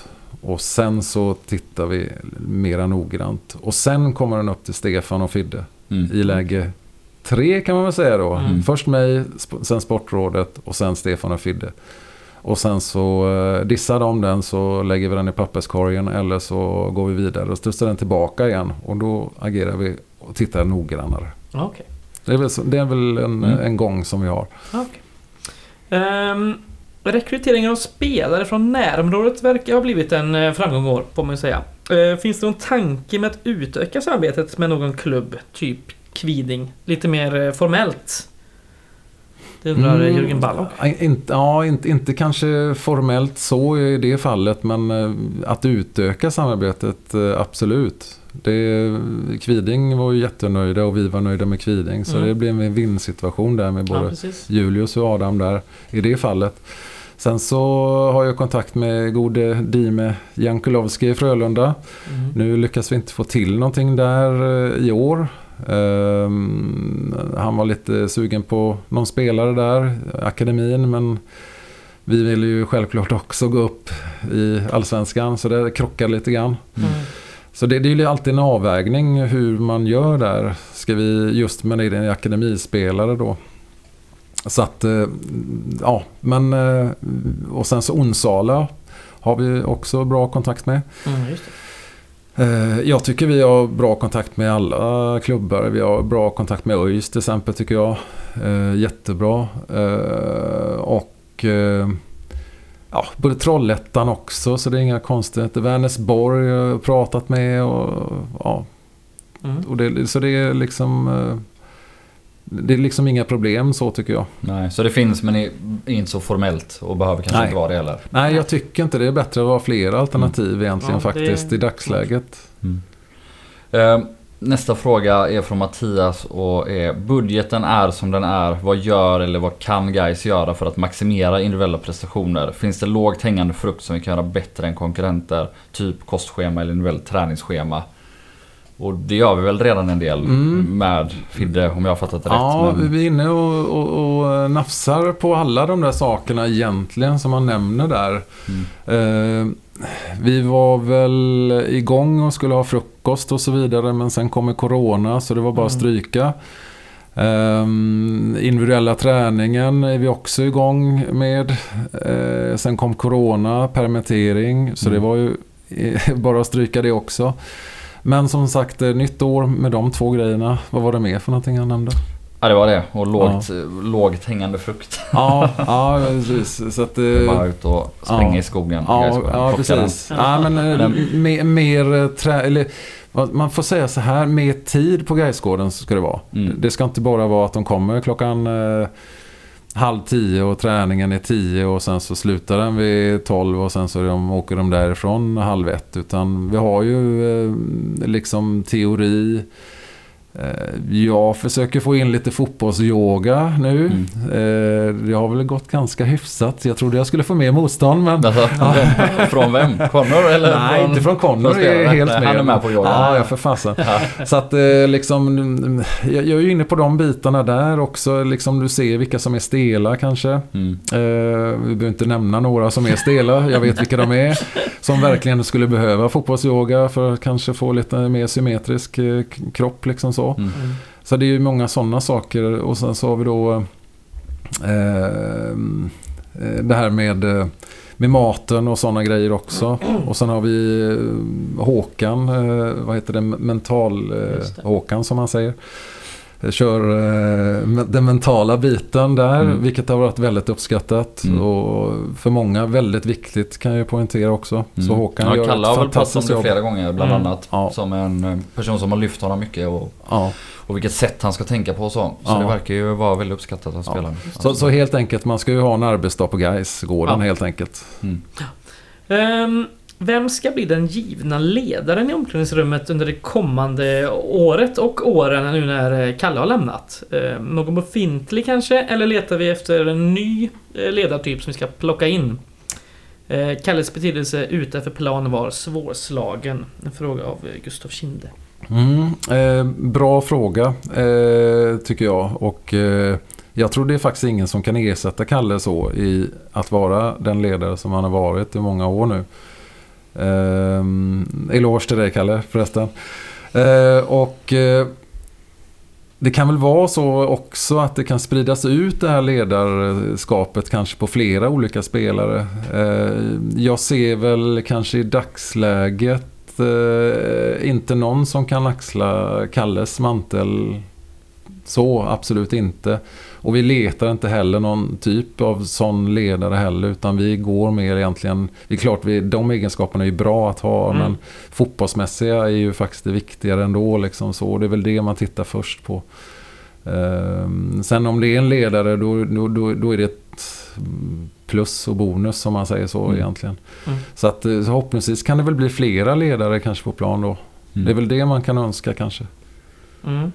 Och sen så tittar vi mera noggrant. Och sen kommer den upp till Stefan och Fidde mm. i läge tre kan man väl säga då. Mm. Först mig, sen Sportrådet och sen Stefan och Fidde. Och sen så eh, dissar de den, så lägger vi den i papperskorgen eller så går vi vidare och studsar den tillbaka igen. Och då agerar vi och tittar noggrannare. Okay. Det är väl, det är väl en, mm. en gång som vi har. Okay. Um, rekryteringen av spelare från närområdet verkar ha blivit en framgång år, på man säga. Uh, finns det någon tanke med att utöka samarbetet med någon klubb, typ Kviding, lite mer uh, formellt? Det undrar mm, Jürgen Ballock. Inte, ja, inte, inte kanske formellt så i det fallet, men uh, att utöka samarbetet, uh, absolut. Det, Kviding var ju jättenöjda och vi var nöjda med Kviding, så mm. det blev en vinnsituation där med både ja, Julius och Adam där i det fallet. Sen så har jag kontakt med gode Dime Jankulovski i Frölunda. Mm. Nu lyckas vi inte få till någonting där i år. Um, han var lite sugen på någon spelare där, akademin, men vi vill ju självklart också gå upp i Allsvenskan, så det krockar lite grann. Mm. Så det, det är ju alltid en avvägning hur man gör där. Ska vi just med en akademispelare då. Så att, ja, men och sen så Onsala har vi också bra kontakt med. Mm, just det. Jag tycker vi har bra kontakt med alla klubbar. Vi har bra kontakt med ÖIS till exempel, tycker jag. Jättebra. Och ja, både Trollhättan också, så det är inga konstigheter. Vänersborg har jag pratat med och ja. Mm. Och det, så det är liksom det är liksom inga problem så, tycker jag. Nej, så det finns, men är inte så formellt och behöver kanske Nej. inte vara det heller. Nej, jag tycker inte det är bättre att vara flera alternativ mm. egentligen ja, faktiskt det... i dagsläget. Mm. Uh, nästa fråga är från Mattias och är: budgeten är som den är. Vad gör eller vad kan guys göra för att maximera individuella prestationer? Finns det lågt hängande frukt som vi kan göra bättre än konkurrenter? Typ kostschema eller individuellt träningsschema? Och det gör vi väl redan en del mm. med Fidde, om jag har fattat det ja, rätt. Men... vi är inne och, och, och nafsar på alla de där sakerna egentligen som man nämner där. Mm. Eh, vi var väl igång och skulle ha frukost och så vidare, men sen kommer corona, så det var bara att stryka. Um, individuella träningen är vi också igång med. Uh, sen kom corona, permittering, så mm. det var ju bara att stryka det också. Men som sagt, nytt år med de två grejerna. Vad var det mer för någonting jag nämnde? Ja, det var det. Och lågt, ja. lågt hängande frukt. Ja, ja precis. Så att, bara ut och springa ja, i skogen. Ja, ja precis. Ja, men, mer, mer trä, eller, man får säga så här, mer tid på Gaisgården ska det vara. Mm. Det ska inte bara vara att de kommer klockan eh, halv tio och träningen är tio och sen så slutar den vid tolv och sen så de, åker de därifrån halv ett. Utan vi har ju eh, liksom teori. Jag försöker få in lite fotbollsyoga nu. Mm. Det har väl gått ganska hyfsat. Jag trodde jag skulle få mer motstånd, men... Alltså, från vem? Connor? Eller Nej, från... inte från Connor. Det är helt med. Han är med på yoga. Ja, jag för fasen. Ja. Så att liksom... Jag är ju inne på de bitarna där också. Liksom du ser vilka som är stela kanske. Mm. Vi behöver inte nämna några som är stela. Jag vet vilka de är. Som verkligen skulle behöva fotbollsyoga för att kanske få lite mer symmetrisk kropp liksom så. Mm. Så det är ju många sådana saker. Och sen så har vi då eh, det här med, med maten och sådana grejer också. Och sen har vi Håkan, eh, vad heter det, mental eh, Håkan som man säger. Kör eh, den mentala biten där, mm. vilket har varit väldigt uppskattat mm. och för många väldigt viktigt, kan jag poängtera också. Mm. Så Håkan ja, gör Kalle ett har väl pratat om det jobb. flera gånger bland mm. annat ja. som en person som har lyft honom mycket och, ja. och vilket sätt han ska tänka på och så. Så ja. det verkar ju vara väldigt uppskattat att spela. Ja. Så, så helt enkelt, man ska ju ha en arbetsdag på Gaisgården ja. helt enkelt. Mm. Um, Vem ska bli den givna ledaren i omklädningsrummet under det kommande året och åren nu när Kalle har lämnat? Eh, någon befintlig kanske? Eller letar vi efter en ny ledartyp som vi ska plocka in? Eh, Kalles betydelse utanför plan var svårslagen. En fråga av Gustav Kinde. Mm, eh, bra fråga eh, tycker jag. Och eh, jag tror det är faktiskt ingen som kan ersätta Kalle så i att vara den ledare som han har varit i många år nu. Eh, eloge till dig, Kalle, förresten. Eh, och eh, det kan väl vara så också att det kan spridas ut det här ledarskapet kanske på flera olika spelare. Eh, jag ser väl kanske i dagsläget eh, inte någon som kan axla Kalles mantel. Så, absolut inte. Och vi letar inte heller någon typ av sån ledare heller, utan vi går mer egentligen, det är klart vi, de egenskaperna är ju bra att ha, mm. men fotbollsmässiga är ju faktiskt det viktigare ändå liksom, så det är väl det man tittar först på. Um, sen om det är en ledare då, då, då, då är det ett plus och bonus som man säger så mm. egentligen. Mm. Så att så förhoppningsvis kan det väl bli flera ledare kanske på plan då. Mm. Det är väl det man kan önska kanske. Mm.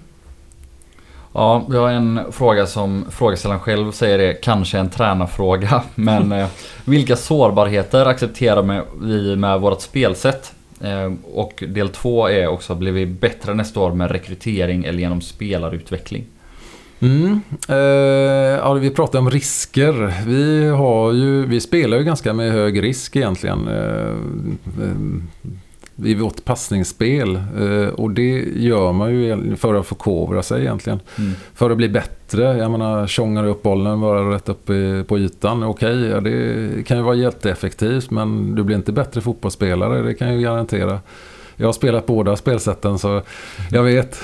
Ja, vi har en fråga som frågeställaren själv säger är kanske en tränarfråga. Men eh, vilka sårbarheter accepterar vi med vårt spelsätt? Eh, och del två är också, blir vi bättre nästa år med rekrytering eller genom spelarutveckling? Mm. Eh, ja, vi pratar om risker. Vi, har ju, vi spelar ju ganska med hög risk egentligen. Eh, eh, i vårt passningsspel, och det gör man ju för att förkovra sig egentligen, mm. för att bli bättre. Jag menar, tjongar upp bollen bara rätt upp på ytan, okej, okay, ja, det kan ju vara jätteeffektivt, men du blir inte bättre fotbollsspelare, det kan jag ju garantera. Jag har spelat båda spelsätten så jag vet,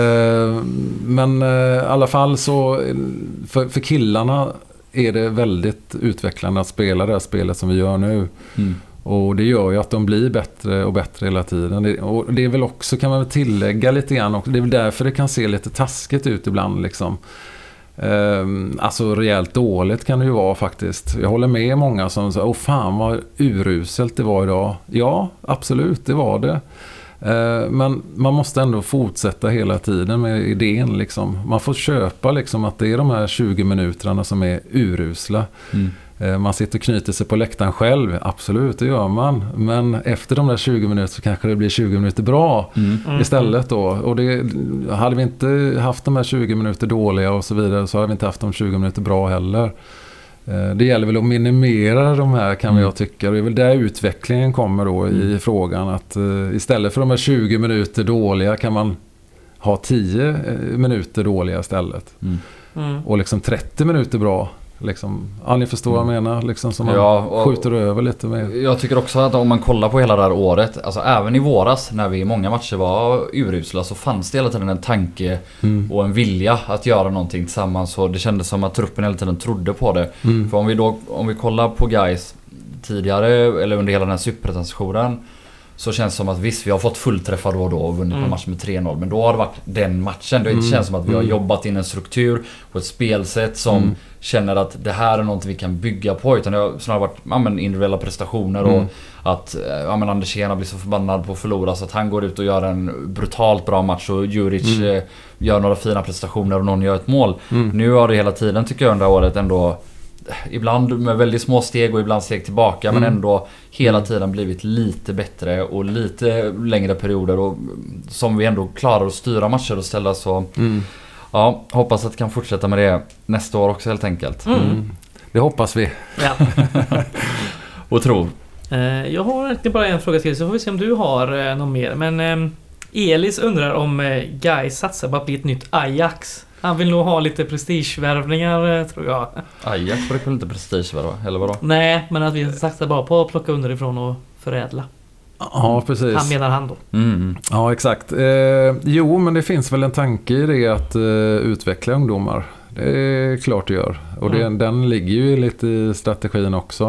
men i alla fall så för, för killarna är det väldigt utvecklande att spela det här spelet som vi gör nu. Mm. Och det gör ju att de blir bättre och bättre hela tiden. Det, och det är väl också, kan man väl tillägga lite grann, och det är väl därför det kan se lite taskigt ut ibland liksom. Ehm, alltså rejält dåligt kan det ju vara faktiskt. Jag håller med många som säger, åh fan vad uruselt det var idag. Ja, absolut, det var det. Ehm, men man måste ändå fortsätta hela tiden med idén liksom. Man får köpa liksom att det är de här tjugo minuterna som är urusla. Mm. Man sitter och knyter sig på läktaren själv. Absolut, det gör man. Men efter de där tjugo minuter så kanske det blir tjugo minuter bra mm. istället då. Och det, hade vi inte haft de här tjugo minuter dåliga och så vidare, så hade vi inte haft de tjugo minuter bra heller. Det gäller väl att minimera de här, kan mm. jag tycka. Det är väl där utvecklingen kommer då i mm. frågan. Att istället för de här tjugo minuter dåliga kan man ha tio minuter dåliga istället. Mm. Mm. Och liksom trettio minuter bra. Liksom, ja, ni förstår vad jag menar, liksom, som man ja, skjuter över lite mer. Jag tycker också att om man kollar på hela det här året, alltså även i våras när vi i många matcher var urusla, så fanns det hela tiden en tanke mm. och en vilja att göra någonting tillsammans, och det kändes som att truppen hela tiden trodde på det. Mm. För om vi då, om vi kollar på guys tidigare eller under hela den här supertransitionen, så känns det som att visst, vi har fått fullträffar då och då och vunnit mm. en match med tre noll, men då har det varit den matchen. Det mm. känns som att vi har jobbat in en struktur och ett spelsätt som mm. känner att det här är något vi kan bygga på, utan det har snarare varit ja, men individuella prestationer mm. och att ja, men Anders Hena blir så förbannad på att förlora så att han går ut och gör en brutalt bra match och Djuric mm. eh, gör några fina prestationer och någon gör ett mål. Mm. Nu har det hela tiden, tycker jag, under året ändå ibland med väldigt små steg och ibland steg tillbaka, mm. men ändå hela tiden blivit lite bättre och lite längre perioder, och som vi ändå klarar att styra matcher och ställa så mm. ja, hoppas att vi kan fortsätta med det nästa år också helt enkelt. Mm. Mm. Det hoppas vi. Ja. Och tror. Jag har inte bara en fråga till, så får vi se om du har någon mer. Men Elis undrar om Gais satsar på att bli ett nytt Ajax. Han vill nog ha lite prestigevärvningar, tror jag. Ajax får det väl inte prestigevärva, eller vadå? Nej, men att vi satsar bara på att plocka underifrån och förädla. Ja, precis. Han menar han då. Mm. Ja, exakt. Eh, jo, men det finns väl en tanke i det att eh, utveckla ungdomar. Det är klart det gör. Och det, mm. den ligger ju lite i strategin också.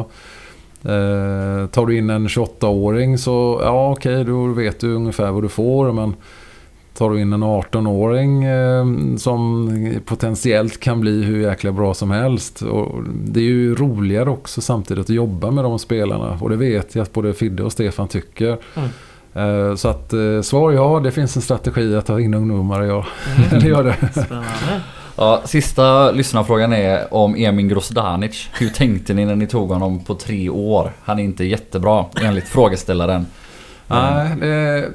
Eh, tar du in en tjugoåtta-åring så, ja okej, okay, då vet du ungefär vad du får, men tar du in en arton-åring eh, som potentiellt kan bli hur jäkla bra som helst. Och det är ju roligare också samtidigt att jobba med de spelarna. Och det vet jag att både Fidde och Stefan tycker. Mm. Eh, så att eh, svar ja, det finns en strategi att ta in ungdomar, ja. Mm. Det gör det. Spännande. Ja, sista lyssnarfrågan är om Emin Grozdanic. Hur tänkte ni när ni tog honom på tre år? Han är inte jättebra, enligt frågeställaren. Nej, eh,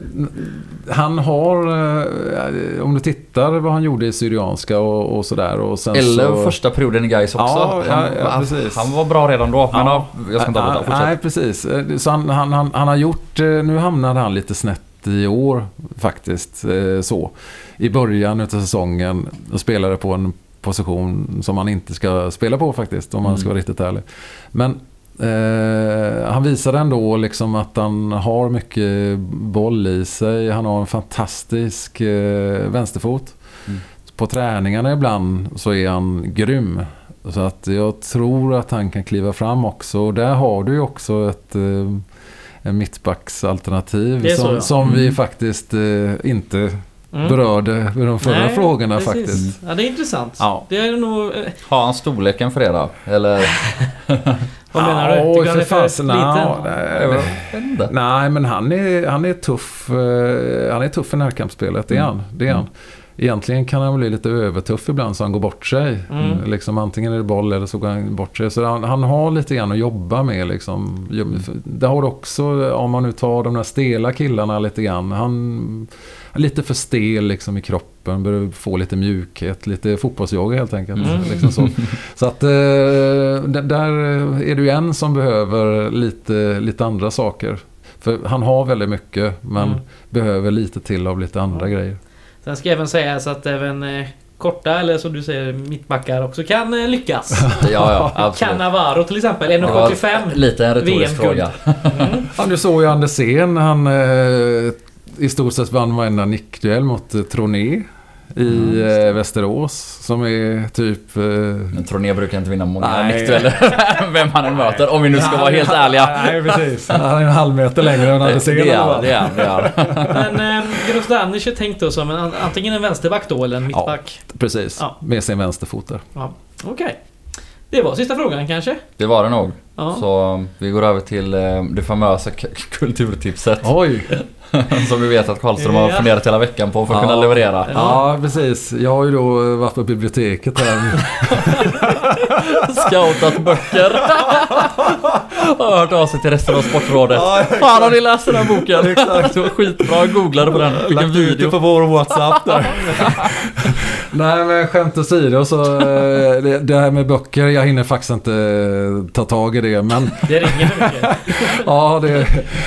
han har, eh, om du tittar vad han gjorde i Syrianska och, och sådär. Och sen Eller så, första perioden i Gais också. Ja, han, ja, ja, precis. han var bra redan då, men ja, ja, jag ska inte avbryta. Fortsätt. Nej, precis. Så han, han, han, han har gjort, nu hamnade han lite snett i år faktiskt. Eh, så. I början av säsongen och spelade på en position som man inte ska spela på faktiskt, om man ska vara riktigt ärlig. Men Eh, han visade ändå liksom att han har mycket boll i sig. Han har en fantastisk eh, vänsterfot. Mm. På träningarna ibland så är han grym. Så att jag tror att han kan kliva fram också. Och där har du ju också ett eh, en mittbacksalternativ som, ja. som mm. vi faktiskt eh, inte mm. berörde i de förra Nej, frågorna precis. faktiskt. Ja, det är intressant. Ja. Det är nog... Har han storleken för det då? Eller... Vad menar du? Tycker han är för liten? Nej, nej, nej, men han är, han är tuff. Han är tuff i närkampsspelet, det är han. Det är han. Egentligen kan han bli lite övertuff ibland så han går bort sig. Mm. Liksom, antingen är det boll eller så går han bort sig. Så han, han har lite grann att jobba med. Liksom. Det har du också, om man nu tar de där stela killarna lite grann. Han är lite för stel liksom, i kroppen. Börjar få lite mjukhet, lite fotbollsyoga helt enkelt. Mm. Liksom så. Så att eh, där är det ju en som behöver lite, lite andra saker. För han har väldigt mycket, men mm. behöver lite till av lite andra mm. grejer. Sen ska jag även säga så att även eh, korta, eller som du säger, mittbackar också kan eh, lyckas. Ja, ja, absolut. Cannavaro till exempel, en komma sjuttiofem. Lite en retorisk fråga. Mm. Ja, du såg ju Andersen, han eh, i stort sett vann varenda nickduell mot eh, Troné i mm, eh, Västerås, som är typ... Eh... Men Troné brukar inte vinna många nickdueller, vem han än möter, om vi nu ska vara helt ärliga. Nej, precis. Han är en halv meter längre än Andersen. Det är det, är, det är. Men eh, Grozdanic är tänkt då som en, antingen en vänsterback då, eller en mittback. Ja, precis. Ja. Med sin vänsterfot där. Ja, okej. Okay. Det var sista frågan kanske? Det var det nog. Ja. Så vi går över till eh, det famösa k- kulturtipset. Oj! Som vi vet att Karlström har funderat hela veckan på för att ja. kunna leverera. Ja. ja, precis. Jag har ju då varit på biblioteket här. Scoutat böcker. Har hört av sig till resten av Sportrådet. Ja, fan, har ni läst den här boken? Exakt. Det var skitbra. Jag googlade på den. Fick en video på vår WhatsApp där. Nej, men skämt åsido, så det, det här med böcker, jag hinner faktiskt inte ta tag i det, men det ringer mycket. Ja, det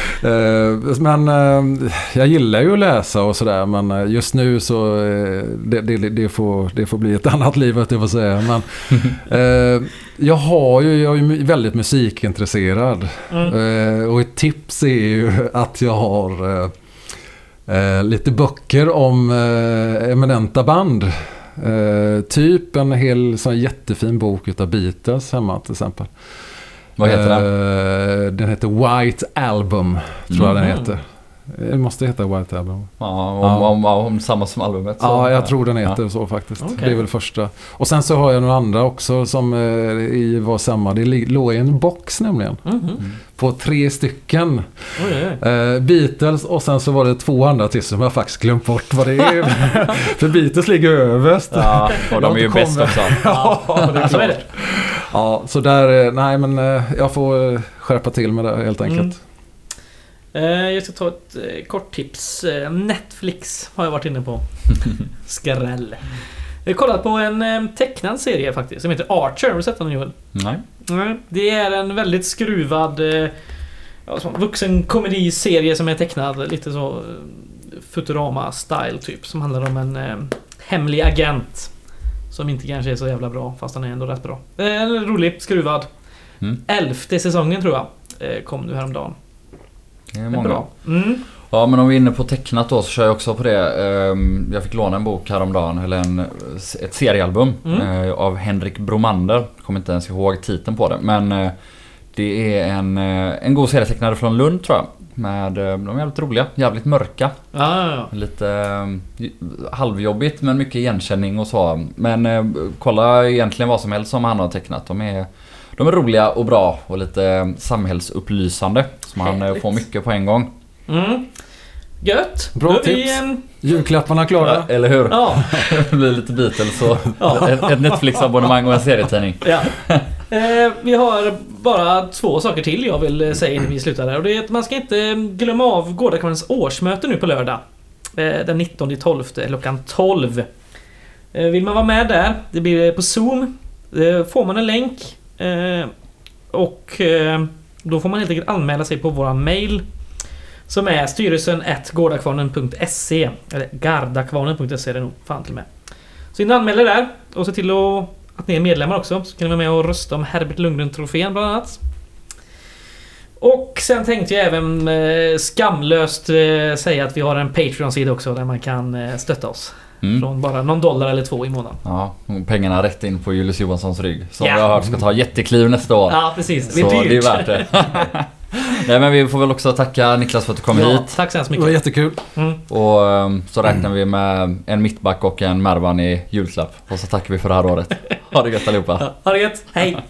men jag gillar ju att läsa och sådär, men just nu så det, det, det, får, det får bli ett annat liv, att jag får säga. Men eh, jag har ju jag är ju väldigt musikintresserad. Mm. Eh, och ett tips är ju att jag har eh, lite böcker om eh, eminenta band. Eh, typ en hel sån jättefin bok utav Beatles hemma till exempel. Vad heter den? Eh, den heter White Album, tror jag mm. den heter. Det måste heta White Album. Ja, om, ja. Om, om, om samma som albumet. Så. Ja, jag tror den heter ja. så faktiskt. Okay. Det är väl första. Och sen så har jag några andra också som eh, i var samma. Det låg i en box nämligen. Mm-hmm. Mm. På tre stycken. Oj, oj. Eh, Beatles, och sen så var det två andra till som jag faktiskt glömt bort vad det är. För Beatles ligger överst. Ja, och de är ju bäst också. Ja, det är klart. Ja, så där, nej men jag får skärpa till med det helt enkelt. Mm. Jag ska ta ett kort tips. Netflix har jag varit inne på. Skräll. Jag har kollat på en tecknad serie faktiskt som heter Archer. Har du sett den, Joel? Nej. Det är en väldigt skruvad ja, vuxen komediserie som är tecknad. Lite så Futurama-style typ. Som handlar om en eh, hemlig agent som inte kanske är så jävla bra, fast han är ändå rätt bra. Eh, rolig, skruvad. Mm. Elfte säsongen tror jag eh, kom nu häromdagen. Det är många. Bra. Mm. Ja, men om vi är inne på tecknat då, så kör jag också på det. Jag fick låna en bok häromdagen, eller en, ett seriealbum mm. av Henrik Bromander. Kommer inte ens ihåg titeln på det, men det är en, en god serietecknare från Lund tror jag. Med, de är jävligt roliga, jävligt mörka. Ah, ja, ja. Lite halvjobbigt, men mycket igenkänning och så. Men kolla egentligen vad som helst som han har tecknat. De är, de är roliga och bra och lite samhällsupplysande. Så man Härligt. Får mycket på en gång. Mm. Gött. Bra tips. Vi, um... julklapparna klara. Ja, eller hur? Ja. Det blir lite Beatles och ja. ett, ett Netflix-abonnemang och en serietidning. Ja. Eh, vi har bara två saker till jag vill säga innan vi slutar där. Och det är att man ska inte glömma av Gårdakvarnens årsmöte nu på lördag. Eh, den nittonde tolfte klockan tolv. Eh, vill man vara med där, det blir på Zoom. Eh, får man en länk. Eh, och eh, då får man helt enkelt anmäla sig på våran mail. Som är styrelsen at gardakvarnen punkt se. Eller gardakvarnen punkt se är det nog fan till med. Så in och anmäl er där. Och se till att, att ni är medlemmar också. Så kan ni vara med och rösta om Herbert Lundgren-trofén bland annat. Och sen tänkte jag även eh, skamlöst eh, säga att vi har en Patreon-sida också. Där man kan eh, stötta oss. Mm. Från bara någon dollar eller två i månaden. Ja, pengarna rätt in på Julius Johanssons rygg. Som ja. jag har hört ska ta jättekliv nästa år. Ja, precis. Det är så det är värt det. Nej, men vi får väl också tacka Niklas för att du kom ja, hit. Tack så hemskt mycket. Det var jättekul. Mm. Och um, så räknar mm. vi med en mittback och en Mervan i julklapp. Och så tackar vi för det här året. Ha det gött allihopa. Ja, ha det gött. Hej.